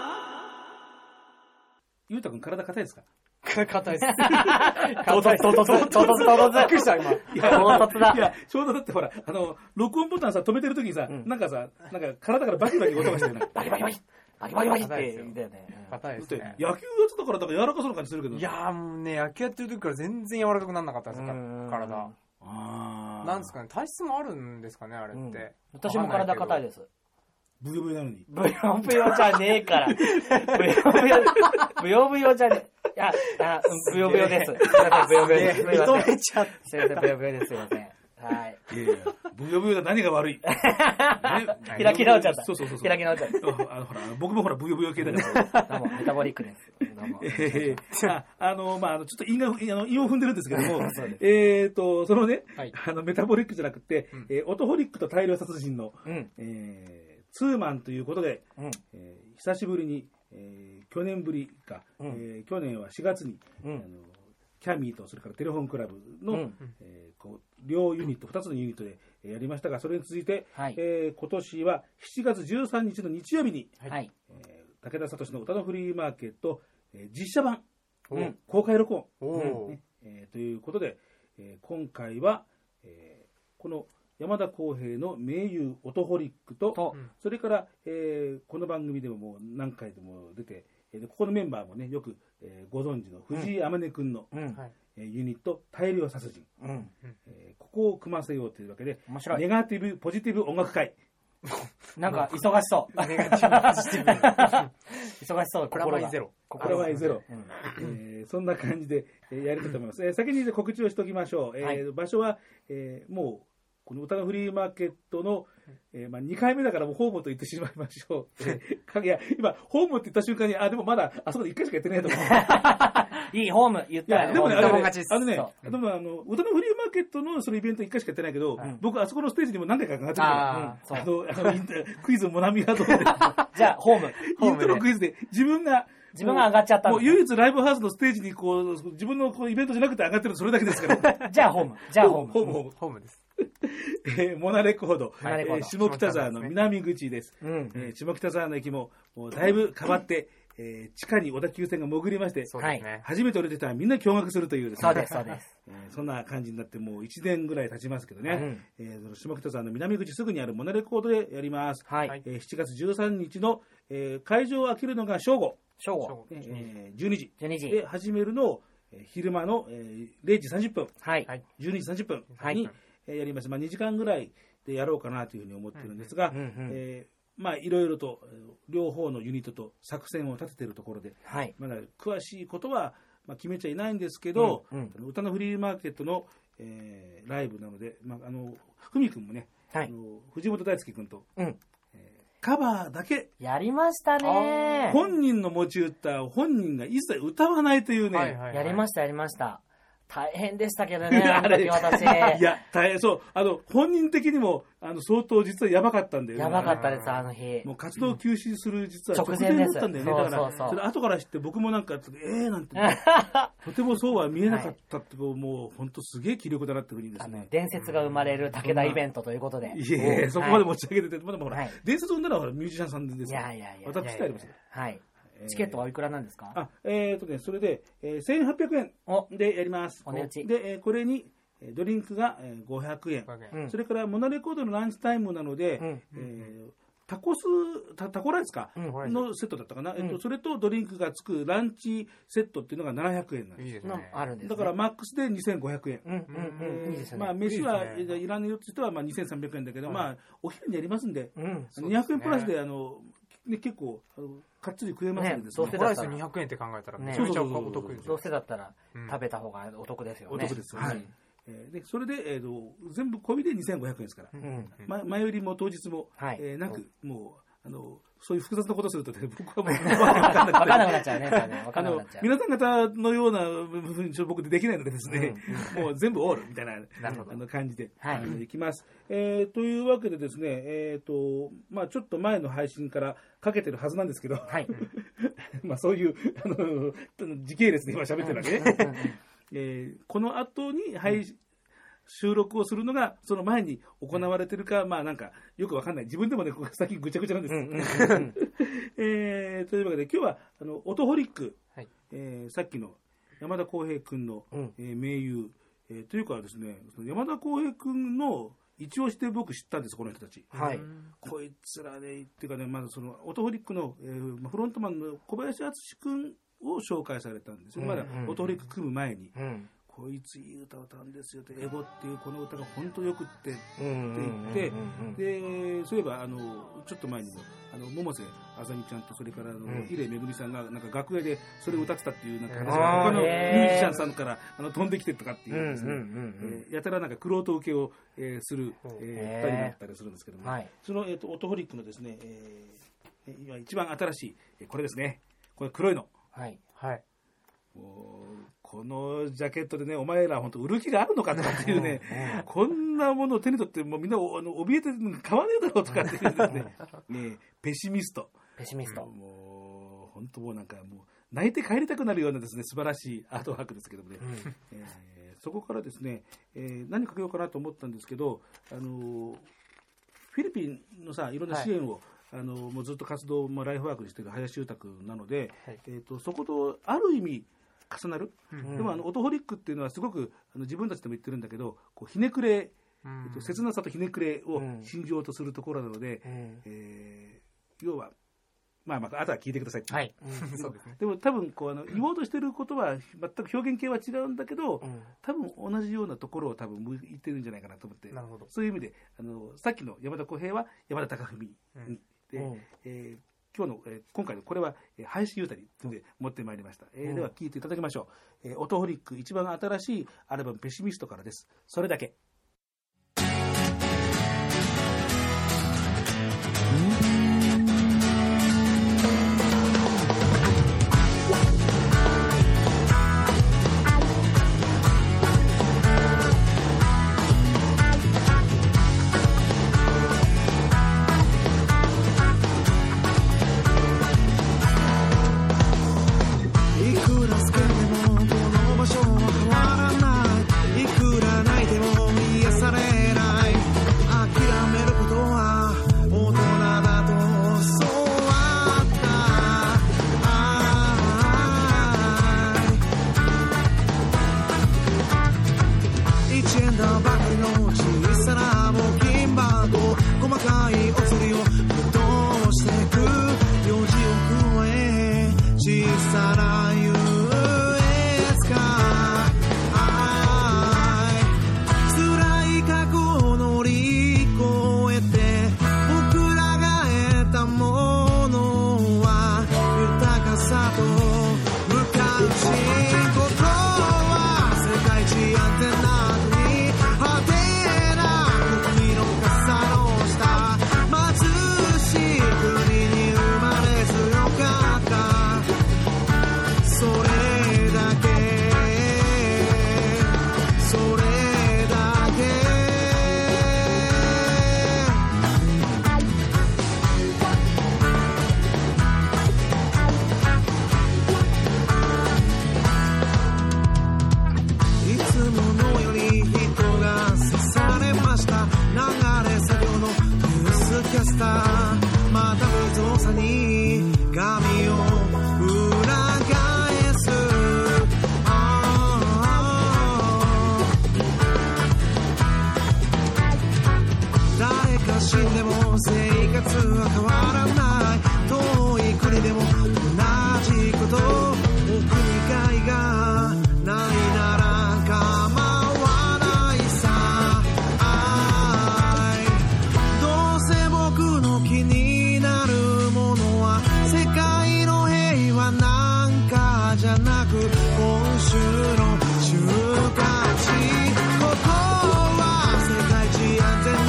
ー。ゆうたくん体硬いですか？ 硬いです。 唐突、唐突、唐突、唐突。 びっくりした、今。 唐突だ。 いや、ちょうどだってほら、あの、録音ボタンさ、止めてるときにさ、うん、なんかさ、なんか体からバキバキ音がしてるね。 バキバキバキバキバキバキって言うんだよね。 硬いですね。 野球やってたから、だから柔らかそうな感じするけど。 いやーもうね、野球やってる時から全然柔らかくならなかったですから、体。 あなんですかね、体質もあるんですかね、あれって。うん、 私も体硬いです。 ブヨブヨなのに。 ブヨブヨじゃねえから。ブヨブヨ、ブヨブヨじゃねえ。いや、あ、ブヨブヨです。すいません、ブヨブヨです。 認めちゃった。 すいません、ブヨブヨです。すいません。はい。 いやいや、ブヨブヨが何が悪い。 開き直っちゃった。 そうそうそう。 開き直っちゃった。 あの、ほら、僕もほら、ブヨブヨ系だから。 どうも、メタボリックです。どうも。 えー、あの、まあ、ちょっと韻が、あの、韻を踏んでるんですけども、えっと、そのね、あの、メタボリックじゃなくて、えオトホリックと大量殺人の、えー、ツーマンということで、うんえー、久しぶりに、えー、去年ぶりか、うんえー、去年はしがつに、うん、あのキャミーとそれからテレフォンクラブの、うんえー、こう両ユニットふたつのユニットでやりましたが、それに続いて、はいえー、今年はしちがつじゅうさんにちの日曜日に、はいえー、武田聡の歌のフリーマーケット、えー、実写版、うん、公開録音、ねえー、ということで、えー、今回は、えー、この山田康平の名優オトホリックと、うん、それから、えー、この番組でももう何回でも出て、えー、ここのメンバーもねよく、えー、ご存知の藤井天音くんの、うんえー、ユニット大量殺人、うんえー、ここを組ませようというわけでネガティブポジティブ音楽会なんか忙しそうネガティブポジティブ忙しそうプラマイゼロプラマイゼロ、うんえー、そんな感じで、えー、やりたいと思います、えー、先に告知をしておきましょう、えーはい、場所は、えー、もうこの歌のフリーマーケットの、えーまあ、にかいめだからもうホームと言ってしまいましょう。えー、いや今ホームって言った瞬間にあでもまだあそこでいっかいしかやってないと思う。 いいホーム言ったらでもねあのねあのねでもあの歌のフリーマーケットのそのイベントいっかいしかやってないけど、うん、僕あそこのステージにも何回か上がってるから、うん、あのあのクイズモナミハードでじゃあホームイントロクイズで自分が自分が上がっちゃったもう唯一ライブハウスのステージにこう自分のこうイベントじゃなくて上がってるのそれだけですからじゃあホームじゃあホームホームホームホームですえー、モナレコード、はいえー、下北沢の南口です、うんえー、下北沢の駅ももうだいぶ変わって、えー、地下に小田急線が潜りまして、 そうですね、 初めて降りてたらみんな驚愕するというですね、そうですそうです、 えー、そんな感じになってもういちねんぐらい経ちますけどね、うんえー、下北沢の南口すぐにあるモナレコードでやります、はいえー、しちがつじゅうさんにちの、えー、会場を開けるのが正午正午、 えー、じゅうにじじゅうにじで始めるのを、えー、昼間の、えー、れいじさんじゅっぷん、 はい、 じゅうにじさんじゅっぷんに、はいやります。まあ、にじかんぐらいでやろうかなというふうに思ってるんですが、うんうんえー、まあいろいろと両方のユニットと作戦を立てているところで、はい、まだ詳しいことはまあ決めちゃいないんですけど、うんうん、歌のフリーマーケットの、えー、ライブなので、まああのふみくんもね、はい、あの藤本大輔君と、うんえー、カバーだけやりましたね。 本人の持ち歌を本人が一切歌わないというね、はいはいはい、やりましたやりました。大変でしたけどね、あの時私。いや、大変、そう。あの、本人的にも、あの、相当実はやばかったんだよね。 やばかったです、あの日。 もう活動休止する実は直前だったんだよね。だから、そうそうそうそれ後から知って僕もなんか、えーなんて、とてもそうは見えなかったって、はい、もう本当すげえ気力だなってふうにですね。 伝説が生まれる武田イベントということで。 いえいえ、そこまで持ち上げてて、まだほら、はい、伝説を生んだのはほらミュージシャンさんですよ。 いやいやいや。 私伝えますよ。 はい。チケットはいくらなんですか？ あ、えっとね、それで、えー、せんはっぴゃくえんでやります。 お値打ち。 で、えー、これにドリンクがごひゃくえん、うん、それからモナレコードのランチタイムなので、うんえー、タコスタ、タコライスか、うん、のセットだったかな、うんえっと、それとドリンクがつくランチセットっていうのがななひゃくえんなんです。いいですね。 あるんですね。 だからマックスでにせんごひゃくえん。うんうんうん。いいですね。まあ飯はいらないよって人はまあにせんさんびゃくえんだけど、はい、まあお昼にやりますんで、うん、にひゃくえんプラスであのね、結構あのかっつり食えますのでですね。 どうせだったらにひゃくえんって考えたらめちゃめちゃお得ですよ。 どうせだったら食べた方がお得ですよね。 お得ですよね。はいえー、でそれで、えー、と全部込みでにせんごひゃくえんですから、うんま、前よりも当日も、はいえー、なくもうあのそういう複雑なことすると、ね、僕はもう分からなくなっちゃうね。あの皆さん方のような部分に僕できないのでですね、うん、もう全部オールみたいなあの感じで、はい、いきます、えー。というわけでですね、えーとまあ、ちょっと前の配信からかけてるはずなんですけど、はい、まあそういうあの時系列で今喋ってるわけね。えー、この後に配信、 収録をするのがその前に行われてるか、まあなんかよくわかんない、自分でもねここ最近ぐちゃぐちゃなんです、うんうんうんえー、というわけで今日はあのオトホリック、はいえー、さっきの山田浩平君の、うんえー、盟友、えー、というかですね山田浩平君の一応して僕知ったんですこの人たち、はい、こいつらねっていうかねまずそのオトホリックの、えー、フロントマンの小林敦君を紹介されたんですよ、うんうんうん、まだオトホリック組む前に、うんこいついい歌を歌うんですよってエゴっていうこの歌が本当よくってって言ってでそういえばあのちょっと前にもあの百瀬あさみちゃんとそれからあの、うん、伊礼めぐみさんがなんか楽屋でそれを歌ってたっていうなんか話が他のミュージシャンさんからあの飛んできてとかっていうですね、うんうんうんえー、やたらなんか玄人受けを、えー、する、えー、ふたりだったりするんですけども、はい、その、えー、とオトホリックのですね、えー、今一番新しいこれですねこれ黒いのはいはいこのジャケットでねお前ら本当売る気があるのかとかっていうねこんなものを手に取ってもうみんなおあの怯えて買わねえだろうとかっていうですねねペシミストペシミストもう本当もうなんかもう泣いて帰りたくなるようなですね素晴らしいアートワークですけどもね、うんえー、そこからですね、えー、何かけようかなと思ったんですけどあのフィリピンのさいろんな支援を、はいあのもうずっと活動もライフワークにしている林裕太君なので、はいえー、とそことある意味重なる、うん、でもあのオトホリックっていうのはすごくあの自分たちでも言ってるんだけどこうひねくれ、うんえっと、切なさとひねくれを信じようとするところなので、うんえー、要はまあまああとは聞いてくださいって、はいうん、そうですね、でも多分こうあの言おうとしてることは全く表現系は違うんだけど、うん、多分同じようなところを多分向いてるんじゃないかなと思ってなるほどそういう意味であのさっきの山田浩平は山田貴文、うんでうんえー、今日の、えー、今回のこれは、えー、林裕太にで持ってまいりました、えーうん、では聴いていただきましょう、えー、オトホリック一番新しいアルバムペシミストからですそれだけ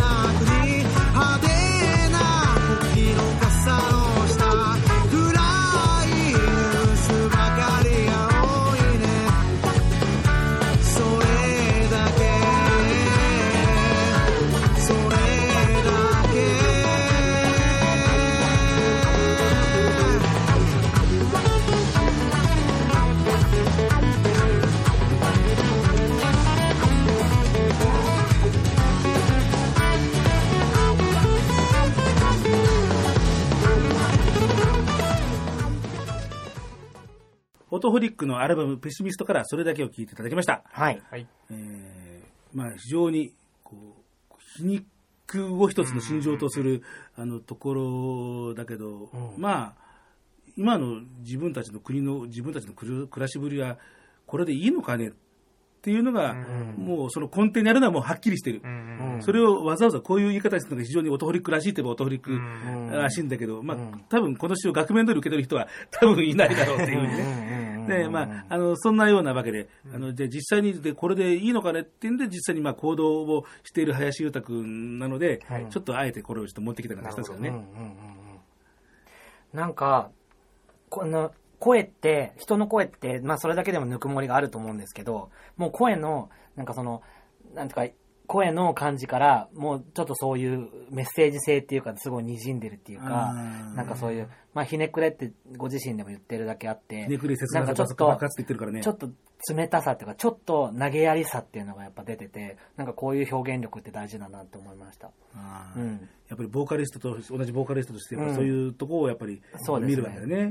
「 オトホリックのアルバムペシミストからそれだけを聴いていただきました。 はい。 えー、まあ非常にこう皮肉を一つの心情とする、うん、あのところだけど、うん、まあ今の自分たちの国の自分たちの暮らしぶりはこれでいいのかねっていうのが、うん、もうその根底にあるのはもうはっきりしてる、うん、それをわざわざこういう言い方にするのが非常にオトホリックらしいといえばオトホリックらしいんだけど、まあ、多分この詩を額面通り受け取る人は多分いないだろうっていうふうにねで、まあ、あのそんなようなわけで、あので実際にでこれでいいのかねっていうんで実際にまあ行動をしている林裕太君なので、はい、ちょっとあえてこれをちょっと持ってきたような感じですけどね。 なんかこの声って、人の声って、まあそれだけでもぬくもりがあると思うんですけど、もう声の、なんかその、なんていうか、声の感じから、もうちょっとそういうメッセージ性っていうか、すごい滲んでるっていうか、なんかそういう、まあひねくれってご自身でも言ってるだけあって、 ひねくれ切なさと爆発って言ってるからね。 ちょっと冷たさっていうか、ちょっと投げやりさっていうのがやっぱ出てて、なんかこういう表現力って大事だなって思いました。 あうん、やっぱりボーカリストと、同じボーカリストとして、そういうところをやっぱり見るわけだよね。うん。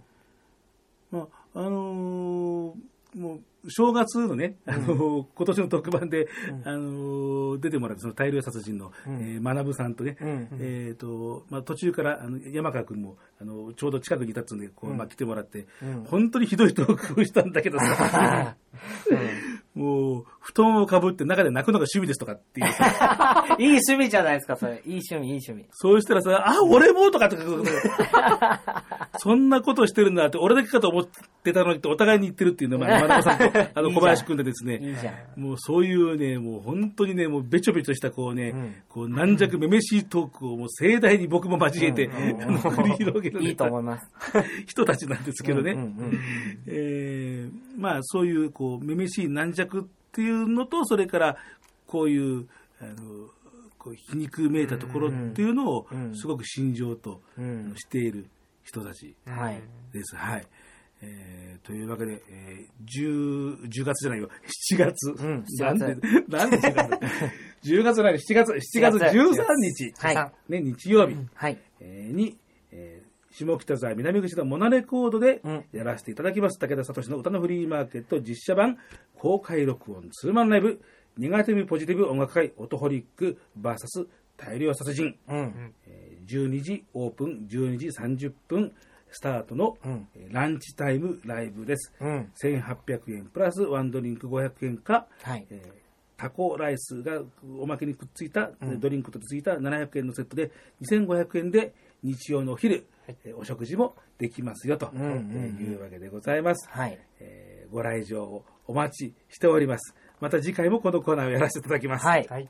まああのー、もう正月のね、あのーうん、今年の特番で、うん、あのー、出てもらったその大量殺人の、うんえー、学さんとね、うん、えーとまあ、途中からあの山川君もあのちょうど近くにいたっつうんでこう、うんまあ、来てもらって、うん、本当にひどいトークをしたんだけどさ、うん、もう布団をかぶって中で泣くのが趣味ですとかっていういい趣味じゃないですかそれ。いい趣味いい趣味。 そうしたらさ、あ俺もとかとかそんなことしてるんだって俺だけかと思ってたのにってお互いに言ってるっていうのは、まあ、学さんとあの小林君でですね、 いいじゃん。 もうそういうね、もう本当にね、もうべちょべちょしたこうね、うん、こう軟弱めめしいトークをもう盛大に僕も交えて、うんうんうん、繰り広げるいいと思います人たちなんですけどね、うんうんうんえー、まあそういうこうめめしい軟弱っていうのと、それからこういうあのこう皮肉めいたところっていうのをすごく心情としている人たちです。はい。えー、というわけで、えー、10, じゅうがつじゃないよ、しちがつ。うん、なんで、なんでしちがつじゅうがつじゃないよ、しちがつ、しちがつじゅうさんにち、 はいね、日曜日、 はいえー、に、えー、下北沢南口のモナレコードでやらせていただきます、うん、武田聡の歌のフリーマーケット実写版公開録音ツーマンライブ、ネガティブポジティブ音楽会オトホリック ブイエス 大量殺人、うんえー、じゅうにじオープン、じゅうにじさんじゅっぷんスタートの、うん、ランチタイムライブです、うん、せんはっぴゃくえんプラスワンドリンクごひゃくえんか、はいえー、タコライスがおまけにくっついた、うん、ドリンクとついたななひゃくえんのセットでにせんごひゃくえんで日曜のお昼、はいえー、お食事もできますよと、うんうんうん、いうわけでございます、はいえー、ご来場をお待ちしております。また次回もこのコーナーをやらせていただきます。 はい、はい、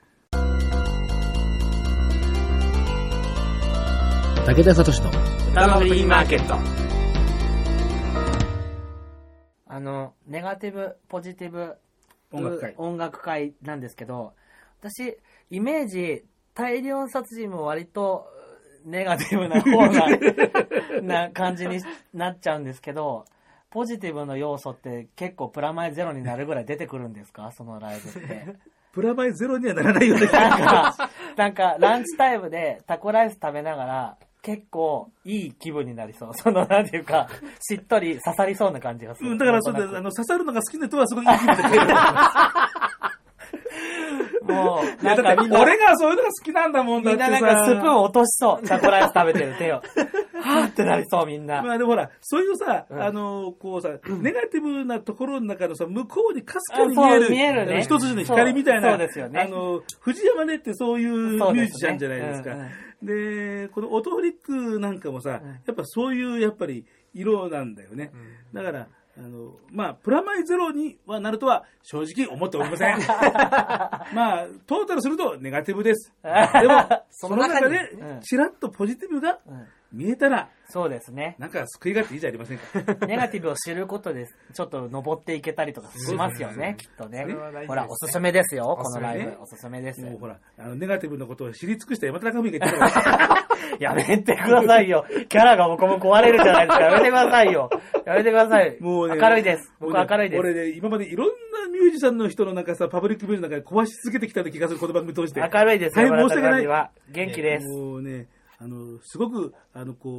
武田聡の歌のフリーマーケット。あのネガティブポジティブ音楽会音楽会なんですけど、私イメージ大量殺人も割とネガティブな方がな感じになっちゃうんですけど、ポジティブの要素って結構プラマイゼロになるぐらい出てくるんですか、そのライブってプラマイゼロにはならないよねなんかなんかランチタイムでタコライス食べながら結構いい気分になりそう。そのなんていうかしっとり刺さりそうな感じがする。 うん、だからそうだ、あの刺さるのが好きな人はすごいいい気分で帰る。 もうなんかみんな俺がそういうのが好きなんだもんだってさ。 みんななんかスプーン落としそう。タコライス食べてる手を。はーってなりそうみんな。 まあでもほらそういうさ、うん、あのこうさネガティブなところの中のさ向こうにかすかに見える、 見えるね、 一筋の光みたいな。 そうですよね。 あの藤山根ってそういうミュージシャンじゃないですか。でこのオトホリックなんかもさ、うん、やっぱそういうやっぱり色なんだよね、うん、だからあのまあプラマイゼロにはなるとは正直思っておりませんまあトータルするとネガティブですでもその中でちらっとポジティブが見えたら、うん、 そうですね、 なんか救いがあっていいじゃありませんかネガティブを知ることでちょっと登っていけたりとかしますよね、きっとね。ほらおすすめですよ、このライブおすすめです。 もうほらあのネガティブなことを知り尽くした山田神が言ってたからやめてくださいよ。キャラが僕も壊れるじゃないですか。やめてくださいよ。やめてください。もうね、明るいです。僕明るいです。 俺ね、今までいろんなミュージシャンの人のなんかさ、パブリックビューの中で壊し続けてきた気がする、この番組通して。 明るいですよ。 はい、申し訳ない。 元気です。 もうね、あの、すごく、あの、こう、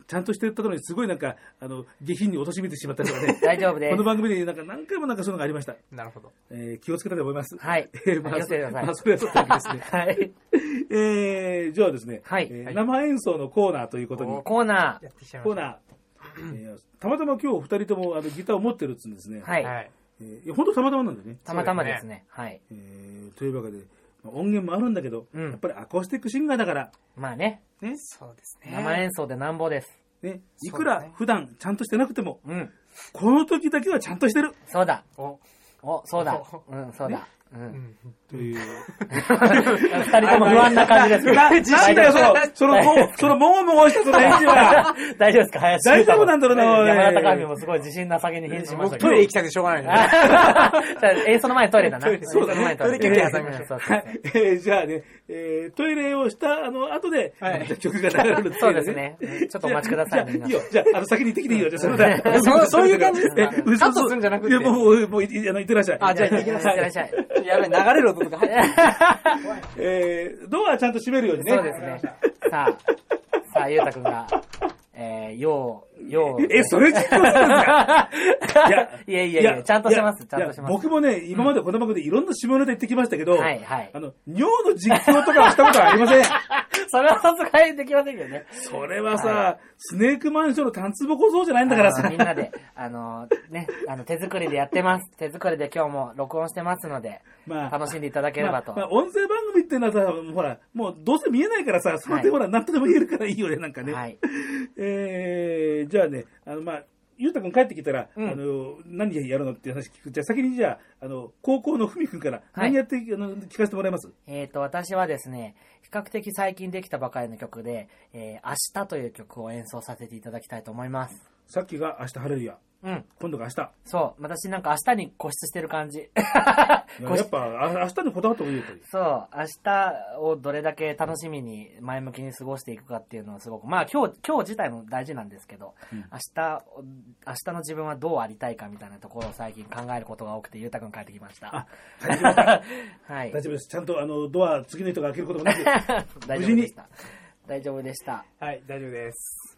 ちゃんとしてるところにすごいなんかあの下品に貶めてしまったりとかね大丈夫です。 この番組でなんか何回もなんかそういうのがありました。 なるほど。 えー、気をつけたいと思います。 はい。 えー、まあ、 気をつけてください。 まあ、それはそうですね。 はい。 えー、じゃあですね、 はいえー、生演奏のコーナーということに。 コーナー。 やってきちゃいました。 コーナー。えー、たまたま今日二人ともあのギターを持ってるっつうんですね。 はい。 はい。 えー、いや本当たまたまなんだよね。 たまたまですね。はい。 えー、というわけで、まあ、音源もあるんだけど、 うん、 やっぱりアコースティックシンガーだから。 まあね。 ね。 そうですね。 生演奏でなんぼです。 ね。いくら普段ちゃんとしてなくても、 うん。 この時だけはちゃんとしてる。 そうだ。 お、 お、そうだ。うん、そうだ。ねうん、 という。 二人とも不安な感じですけど。 なんだよ、その、その、その、もごもごしたその返事は。 大丈夫ですか、林大丈夫なんだろうな、おい。 山田神もすごい自信なさげに返事しましたけど。 トイレ行きたくてしょうがないね。 演奏の前にトイレだな。 そうだね。 トイレ休憩挟みましょう。 じゃあね、えー、トイレをしたあの後で、はい、曲が流れるっていう、ね。 そうですね。ちょっとお待ちください。 じゃあ、いいよ。じゃあ、あの、先に行ってきていいよ。じゃあ、それだ。 そう、そういう感じですか？ え、嘘カットするんじゃなくて。 いや、もう、もう、あの、行ってらっしゃい。 あ、じゃあ行ってきなさい。 いらっしゃい。 やべ、流れる音とか入ってえー、ドアちゃんと閉めるようにね。 そうですね。さあ、さあ、ゆうたくんが、えー、よう、よう。 え、それ実況するんですか？ いや、いやいやいや、ちゃんとします、ちゃんとします。 僕もね、今までこの番組でいろんな下ネタ言ってきましたけど、 はいはい。 あの、尿の実況とかはしたことはありません。 それはさすがにできませんけどね。 それはさ、スネークマンションの単壺小僧じゃないんだからさ。 みんなで、あの、ね、あの、手作りでやってます。手作りで今日も録音してますので、まあ、楽しんでいただければと。 まあ、まあ、音声番組っていうのはさ、ほら、もうどうせ見えないからさ、それでほら、なんとでも言えるからいいよね、なんかね。はい。えー、じゃあね、あの、まあ、ゆうたくん帰ってきたら、うん、あの、何やるのっていう話聞く。じゃあ先にじゃあ、あの、高校のふみくんから何やって、はい、あの聞かせてもらえます？ えっと、私はですね、比較的最近できたばかりの曲で、えー、明日という曲を演奏させていただきたいと思います。 さっきが明日晴れるや。うん。今度が明日。 そう。私なんか明日に固執してる感じ。 やっぱ明日にこだわった方がいいよ。 そう。明日をどれだけ楽しみに前向きに過ごしていくかっていうのはすごく、まあ今日、今日自体も大事なんですけど、うん、明日、明日の自分はどうありたいかみたいなところを最近考えることが多くて、ゆうたくん帰ってきました。 あ、帰ってきました。 はい。 大丈夫です。ちゃんとあの、ドア、次の人が開けることもなく、 大丈夫でした。大丈夫でした。 はい、大丈夫です。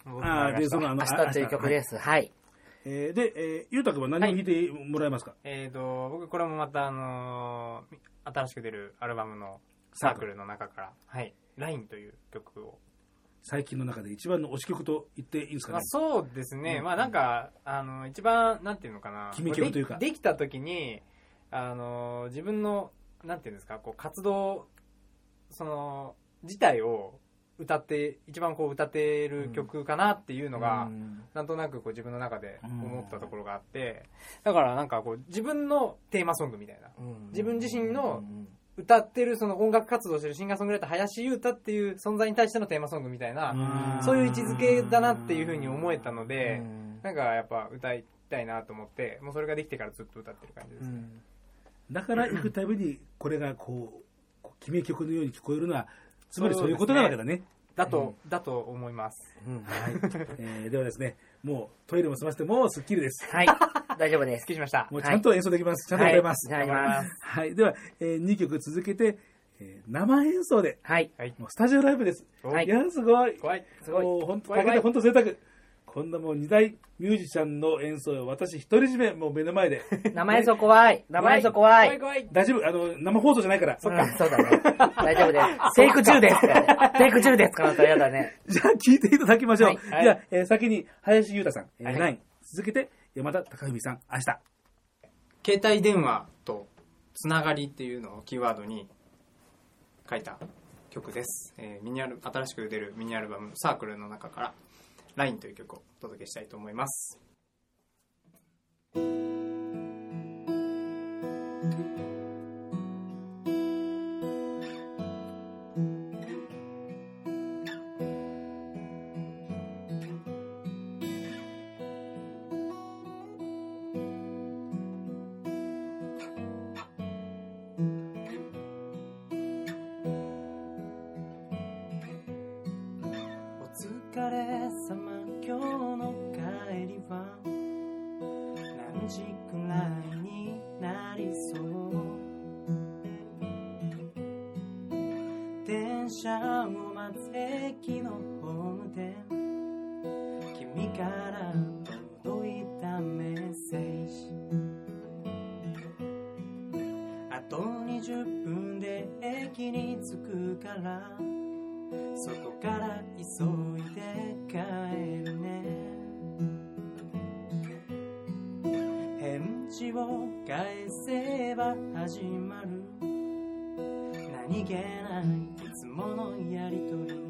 ああ、で、そのあの、 明日という曲です。はい。 えー、で、えー、ゆうたくんは何を弾いてもらえますか？ はい、えっ、ー、と、僕これもまたあのー、新しく出るアルバムのサークルの中から、はい、ラインという曲を。 最近の中で一番の推し曲と言っていいですかね？ まあ、そうですね。うん、まあなんか、あの、一番、なんていうのかな。 決め曲というか。 で、できた時に、あの、自分の、なんていうんですか、こう、活動、その、自体を、歌って一番こう歌ってる曲かなっていうのが、うん、なんとなくこう自分の中で思ったところがあって、だからなんかこう自分のテーマソングみたいな、うん、自分自身の歌ってるその音楽活動してるシンガーソングライター林優太っていう存在に対してのテーマソングみたいな、うん、そういう位置づけだなっていうふうに思えたので、うん、なんかやっぱ歌いたいなと思って、もうそれができてからずっと歌ってる感じですね。うん、 だから行くたびにこれがこう決め曲のように聞こえるのはつまりそういうことなわけだね。 だと、うん、だと思います。 うん、はい。えー、ではですね、もうトイレも済ませてもうスッキリです。 はい。大丈夫です。 すっきりしました。 もうちゃんと演奏できます。はい、ちゃんと歌えます。 はい。はい、 はい。では、えー、にきょく続けて、えー、生演奏で。 はい。 もうスタジオライブです。はい。いや、すごい。 怖い。 すごい。もう本当、かけて本当贅沢。こんなもう二大ミュージシャンの演奏を私独り占め、もう目の前で。 生演奏怖い。生演奏怖い。 怖い。 大丈夫。あの、生放送じゃないから。 そっか。そうだね。大丈夫です。テイク中です。テイク中ですかなったら嫌だね。 じゃあ聞いていただきましょう。はい、じゃあ、えー、先に林優太さん、えーはい、ナイン。続けて山田貴文さん、明日。 携帯電話とつながりっていうのをキーワードに書いた曲です。えー、ミニアル、新しく出るミニアルバムサークルの中からラインという曲をお届けしたいと思います。お疲れ様、今日の帰りは何時くらいになりそう？電車を待つ駅のホームで君から届いたメッセージ、あとにじゅっぷんで駅に着くからそこから急いで帰るね。返事を返せば始まる何気ないいつものやりとり、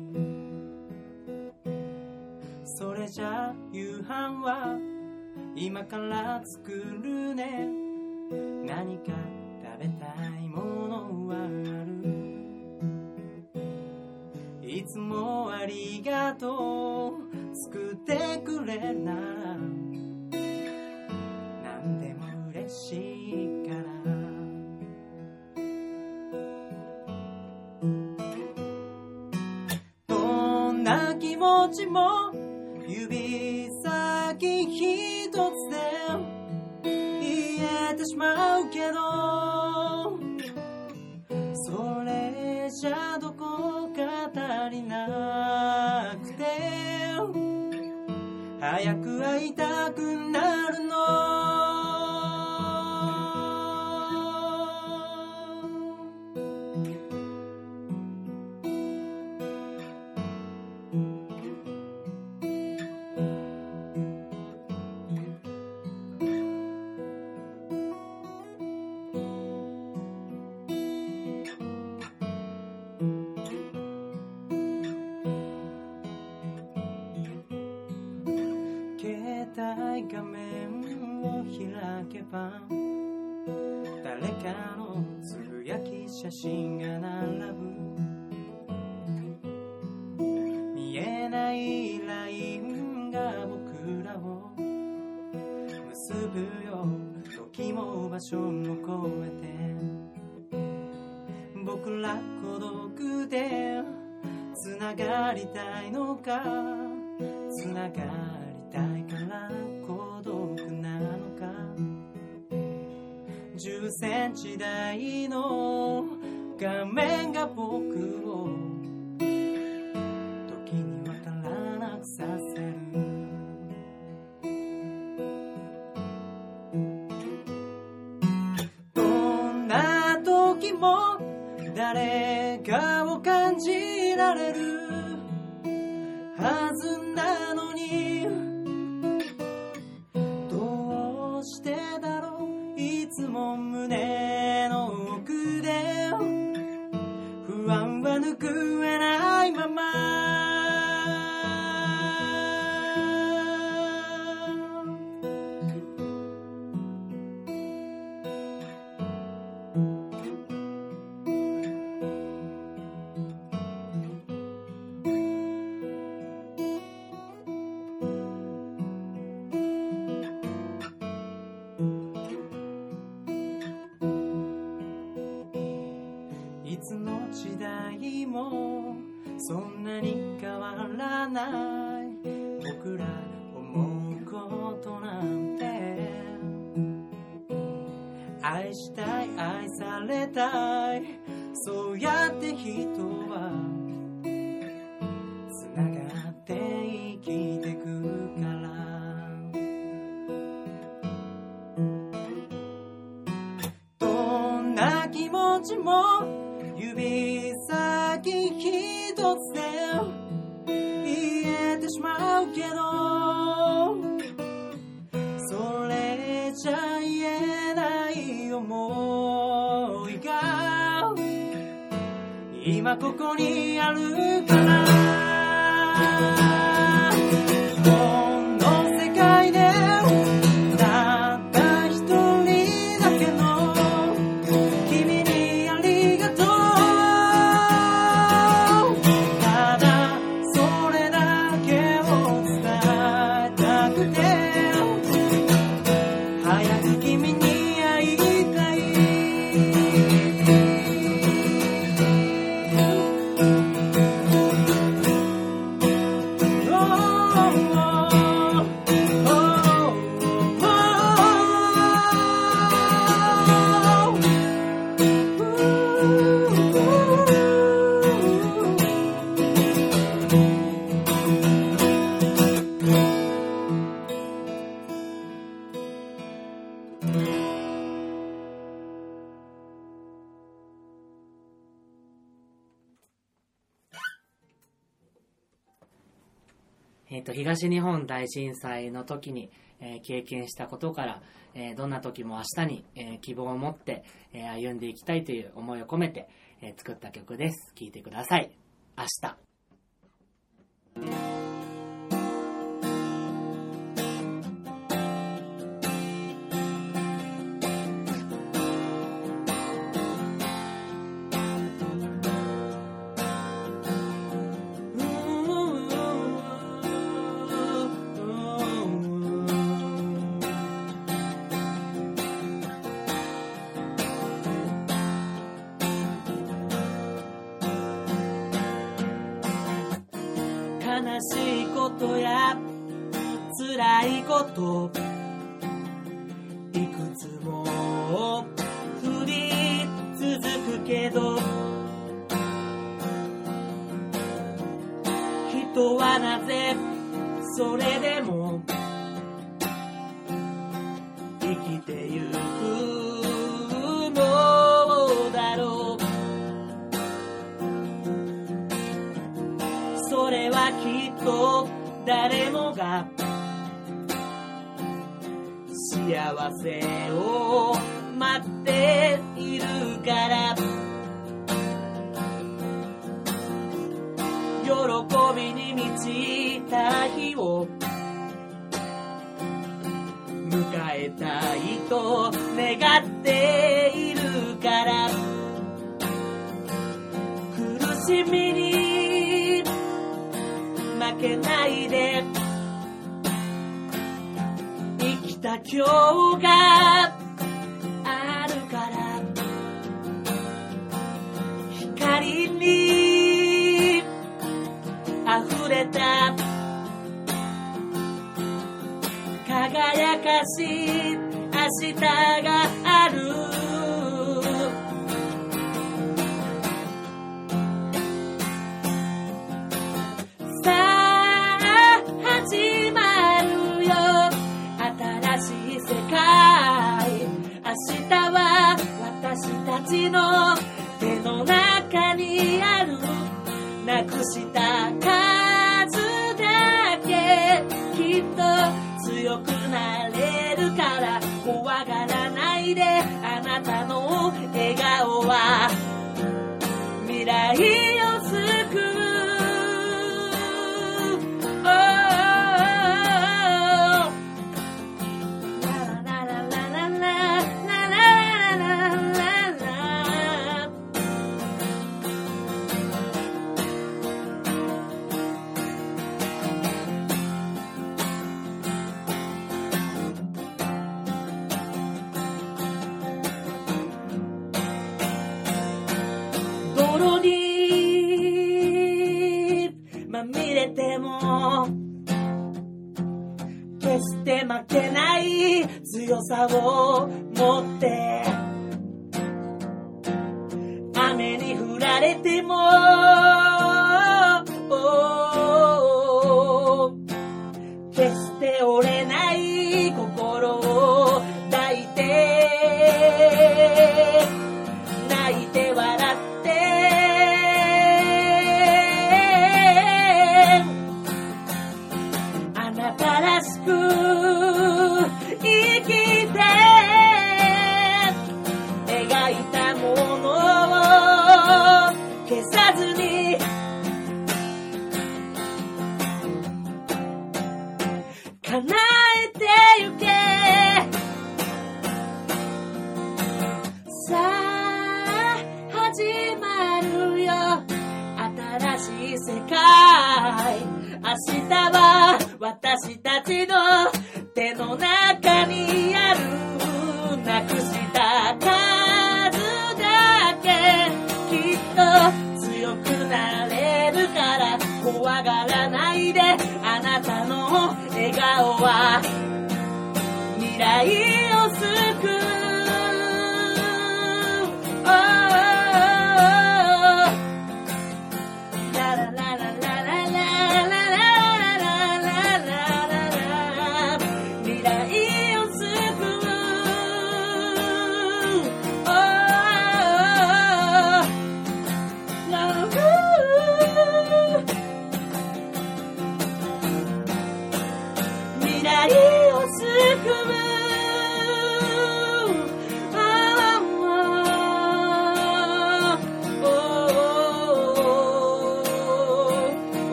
それじゃ夕飯は今から作るね、何か食べたいものはある、いつもありがとう作ってくれなら何でも嬉しいから、どんな気持ちも指先一つで言えてしまうけど、それじゃどこか足りなくて早く会いたくなるの。画面を開けば誰かのつぶやき写真が並ぶ、見えないラインが僕らを結ぶよ、時も場所も超えて僕ら孤独でつながりたいのか、つながりたいから孤独なのか、じゅっセンチ大の画面が僕を時にわからなくさせる、どんな時も誰かを感じられるはずなのに、どうしてだろういつも胸の奥で不安は拭えないまま、いつの時代もそんなに変わらない僕ら思うことなんて、愛したい愛されたいそうやって人はつながって生きてくから、どんな気持ちも指先一つで言えてしまうけど、それじゃ言えない思いが今ここにあるから、この世界でたった一人だけの君にありがとう、Oh えっと、東日本大震災の時に、えー、経験したことから、えー、どんな時も明日に、えー、希望を持って、えー、歩んでいきたいという思いを込めて、えー、作った曲です。聴いてください。明日。 悲しいことや辛いこといくつも降り続くけど、人はなぜそれでも生きてゆくのだろう。それはきっと誰もが幸せを待っているから、喜びに満ちた日を迎えたいと願っているから、苦しみに負けないで生きた今日があるから、光に溢れた輝かしい明日がある。さあ始まるよ新しい世界。明日は私たちの手の中にある。なくした数だけきっと強くなれるから、怖がらないで。あなたの笑顔は未来を救う。泥にまみれても決して負けない強さを持って、雨に降られても決して折れない心を抱いて、泣いて笑ってあなたらしく生きて、描いたものを消さずに叶えてゆけ。さあ始まるよ新しい世界。明日は私たちの手の中にある。なくした数だけきっと強くなれるから、怖がらないで。あなたの笑顔は未来を救う。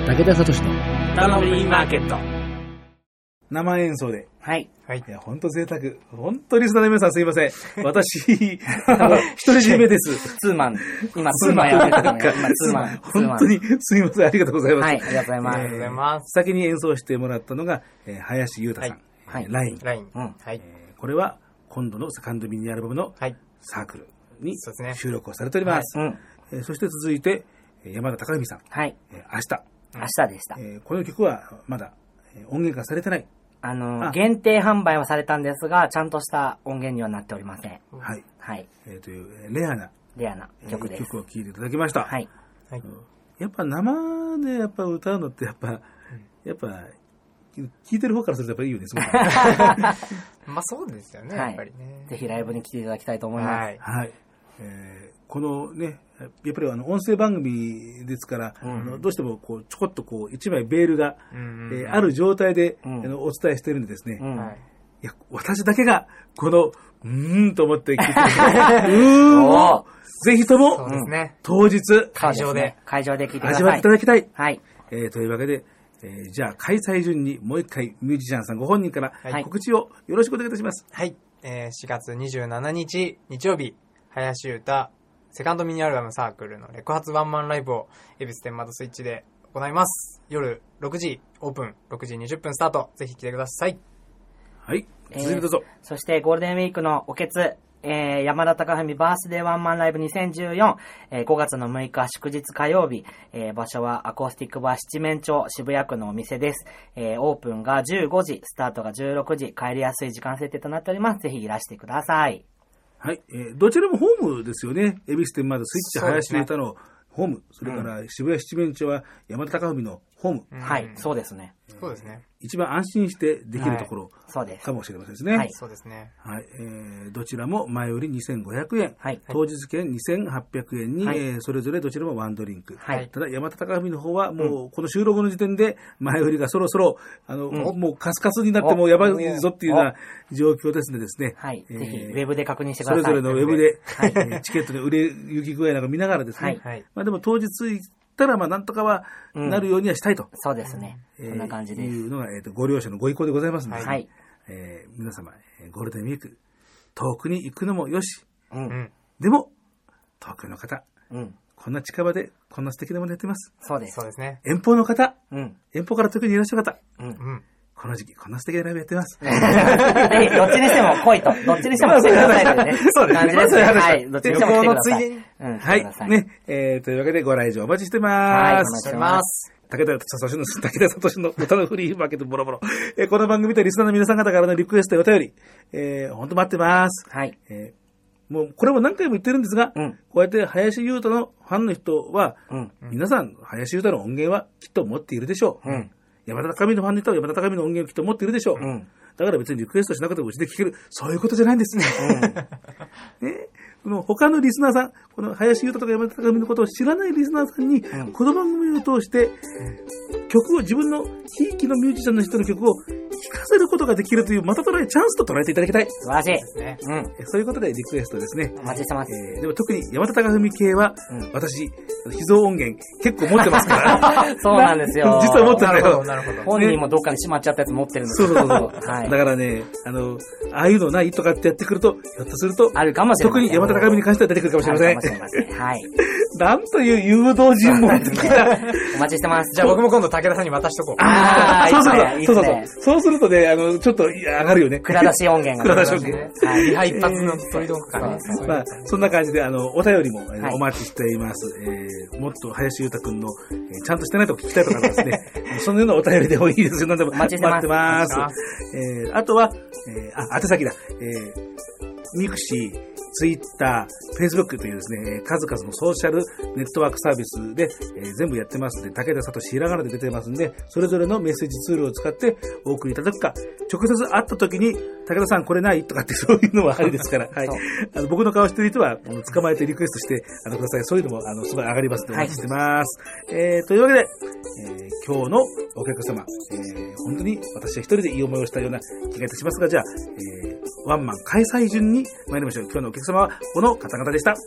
武田聡の歌のフリーマーケット。 生演奏で。 はい。 はい。 いや、ほんと贅沢。ほんとリスナーの皆さんすいません。私、あの、一人占めです。 ツーマン。今、ツーマンやってたのよ。今、ツーマン。 本当にすいません。ありがとうございます。 はい、ありがとうございます。 ありがとうございます。 先に演奏してもらったのが、えー、林優太さん。 はい。 ライン。 ライン。 うん。 はい。 えーこれは、今度のセカンドミニアルバムのサークルに収録をされております。 うん。 えーそして続いて、山田貴文さん。 はい。 えー明日。 明日でした。 えーこの曲はまだえー音源化されてない。 あの、 あ限定販売はされたんですが、ちゃんとした音源にはなっておりません。 はい。 はい。 えーというえーレアなレアな曲です。 えー曲を聴いていただきました。 はい。 はい。 やっぱ生でやっぱ歌うのってやっぱ、やっぱ、聴いてる方からするとやっぱいいよね、すごく。 まあそうですよね、 はいやっぱりね。 ぜひライブに来ていただきたいと思います。 はい。 はい。えーこのね、やっぱりあの音声番組ですから、 うんあのどうしてもこうちょこっとこう一枚ベールが、 うんえーある状態で、 うんあのお伝えしているんでですね、 うん。 はい。 いや、私だけが、この、うーんと思って聞いてる。うーんを、ぜひとそうも、 ですね。 当日、 会場でそうすね会場で聞いてください。 味わっていただきたい。 はい。 えーというわけで、えーじゃあ、開催順にもう一回、ミュージシャンさんご本人からはい告知をよろしくお願いいたします。 はい。えー、しがつにじゅうしちにち、日曜日、林歌、セカンドミニアルバムサークルのレコ発ワンマンライブを、恵比寿天窓スイッチで行います。夜ろくじオープン、ろくじにじゅっぷんスタート。ぜひ来てください。 はい。 えー続いてどうぞ。 そしてゴールデンウィークのおけつ、えー、山田貴文バースデーワンマンライブにせんじゅうよん、えー、ごがつのむいか祝日火曜日、えー、場所はアコースティックバー七面町渋谷区のお店です。えー、オープンがじゅうごじ、スタートがじゅうろくじ、帰りやすい時間設定となっております。ぜひいらしてください。 はい。えーどちらもホームですよね。恵比寿天窓スイッチそうですね林ネタのホーム。それから渋谷七面町は山田貴文のホーム。 うんはい、そうですね。 そうですね。 一番安心してできるところそうですか。もしれませんですね。 はいそうですね。 はい、えーどちらも前よりにせんごひゃくえん、 はい。 当日券にせんはっぴゃくえんに、 はいえーそれぞれどちらもワンドリンク。 はい。 ただ、山田貴文の方は、もう、この収録の時点で、前よりがそろそろ、あの、 うんもうカスカスになってもうやばいぞっていうような状況ですのでですね。 はい。 えーぜひ、ウェブで確認してくそださい。 れぞれのウェブで、 はいえーチケットの売れ行き具合なんか見ながらですね。 はいはい。 まあでも当日行ったら、まあなんとかはうんなるようにはしたいと。 そうですね。 えーそんな感じです。 いうのが、えーと、ご両者のご意向でございますので、 はい。 えー皆様、えーゴールデンウィーク、遠くに行くのもよし、 う。 うんん。 でも、遠くの方、 うん。 こんな近場でこんな素敵なものやってます。 そうですそう。ですね。 遠方の方、 うん。 遠方から遠くにいらっしゃる方、 うん。 うん。 この時期こんな素敵なライブやってます。 ぜひ、どっちにしても来いと。どっちにしても来てくださいというね。 そうですね感じですね。 まあそういう話はい。どっちにしても来てください。 旅行のついでにうん。来はいてくださ。い。 ね、えー、というわけでご来場お待ちしてはいまおす。 待ちしてます。 武田聡の、武田聡の歌のフリーマーケットボロボロ。えーこの番組でリスナーの皆さん方からのリクエストやお便り、えー、本当待ってます。 はい。 えーもう、これも何回も言ってるんですが、 うん。 こうやって林優太のファンの人は、 うん。 皆さん、林優太の音源はきっと持っているでしょう。 うん。 山田貴美のファンの人は山田貴美の音源をきっと持っているでしょう。 うん。 だから別にリクエストしなくてもうちで聴ける。そういうことじゃないんですね。ね、この他のリスナーさん、この林優太とか山田貴美のことを知らないリスナーさんに、 んこの番組を通して、曲を自分の地域のミュージシャンの人の曲を聴かせることができるという、また捉え、チャンスと捉えていただきたい。 素晴らしい。 ですね。 うん。 えそういうことでリクエストですね。 お待ちしてます。 えーでも特に山田貴文系は、 うん私、秘蔵音源結構持ってますから。 そうなんですよ。 実は持ってるんだよなるほど、。なるほど。 本人もどっかにしまっちゃったやつ持ってるんですそうそうそうそう。 はい。 だからね、あの、ああいうのないとかってやってくると、ひょっとすると、 あるかもしれません。 特に山田貴文に関しては出てくるかもしれませんあるか。もしれません。はい。 なんという誘導尋問的な。 お待ちしてます。 じゃあ僕も今度武田さんに渡しとこう。 あーそうすると、 いいっすねそうそうそう。そうするとね、あの、ちょっといや上がるよね。 蔵出し音源が。 蔵出し音源。 はい。 リハ一発の取り道具かね。 そうそうまあ、そんな感じで、あの、お便りも、えーはいお待ちしています。えーもっと林優太くんの、えーちゃんとしてないとこ聞きたいとかですね、そのようなお便りでもいいですよ。何でもお待ちしてます待ってお待ます。えーあとは、えーあ、宛先だ。えーミクシー、ツイッター、フェイスブックというですね、えー数々のソーシャルネットワークサービスで、えー全部やってますので、武田聡ひらがなで出てますんで、それぞれのメッセージツールを使ってお送りいただくか、直接会った時に、武田さんこれないとかってそういうのはありですから、はいそう。 あの僕の顔してる人は、あの捕まえてリクエストして、あの、ください。そういうのも、あの、すごい上がりますので、お待ちしてます。えー、というわけで、えー今日のお客様、えー本当に私は一人でいい思いをしたような気がいたしますが、じゃあ、えーワンマン開催順に参りましょう。今日のお客様はこの方々でした。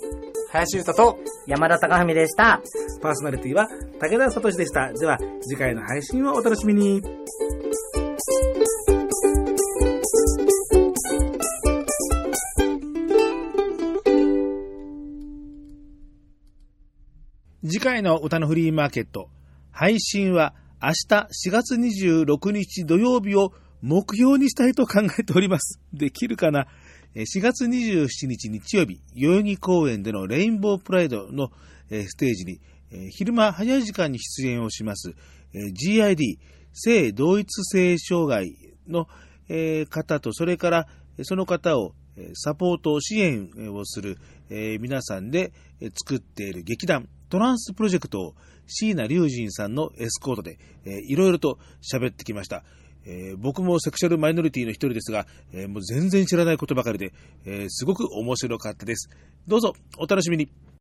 林優太と山田貴文でした。 パーソナリティは武田聡でした。では次回の配信をお楽しみに。次回の歌のフリーマーケット、配信は明日しがつにじゅうろくにち土曜日を目標にしたいと考えております。できるかな。しがつにじゅうしちにち日曜日、代々木公園でのレインボープライドのステージに昼間早い時間に出演をします ジーアイディー 性同一性障害の方と、それからその方をサポート支援をする皆さんで作っている劇団トランスプロジェクトを椎名龍神さんのエスコートでいろいろと喋ってきました。えー、僕もセクシャルマイノリティの一人ですが、えー、もう全然知らないことばかりで、えー、すごく面白かったです。どうぞお楽しみに。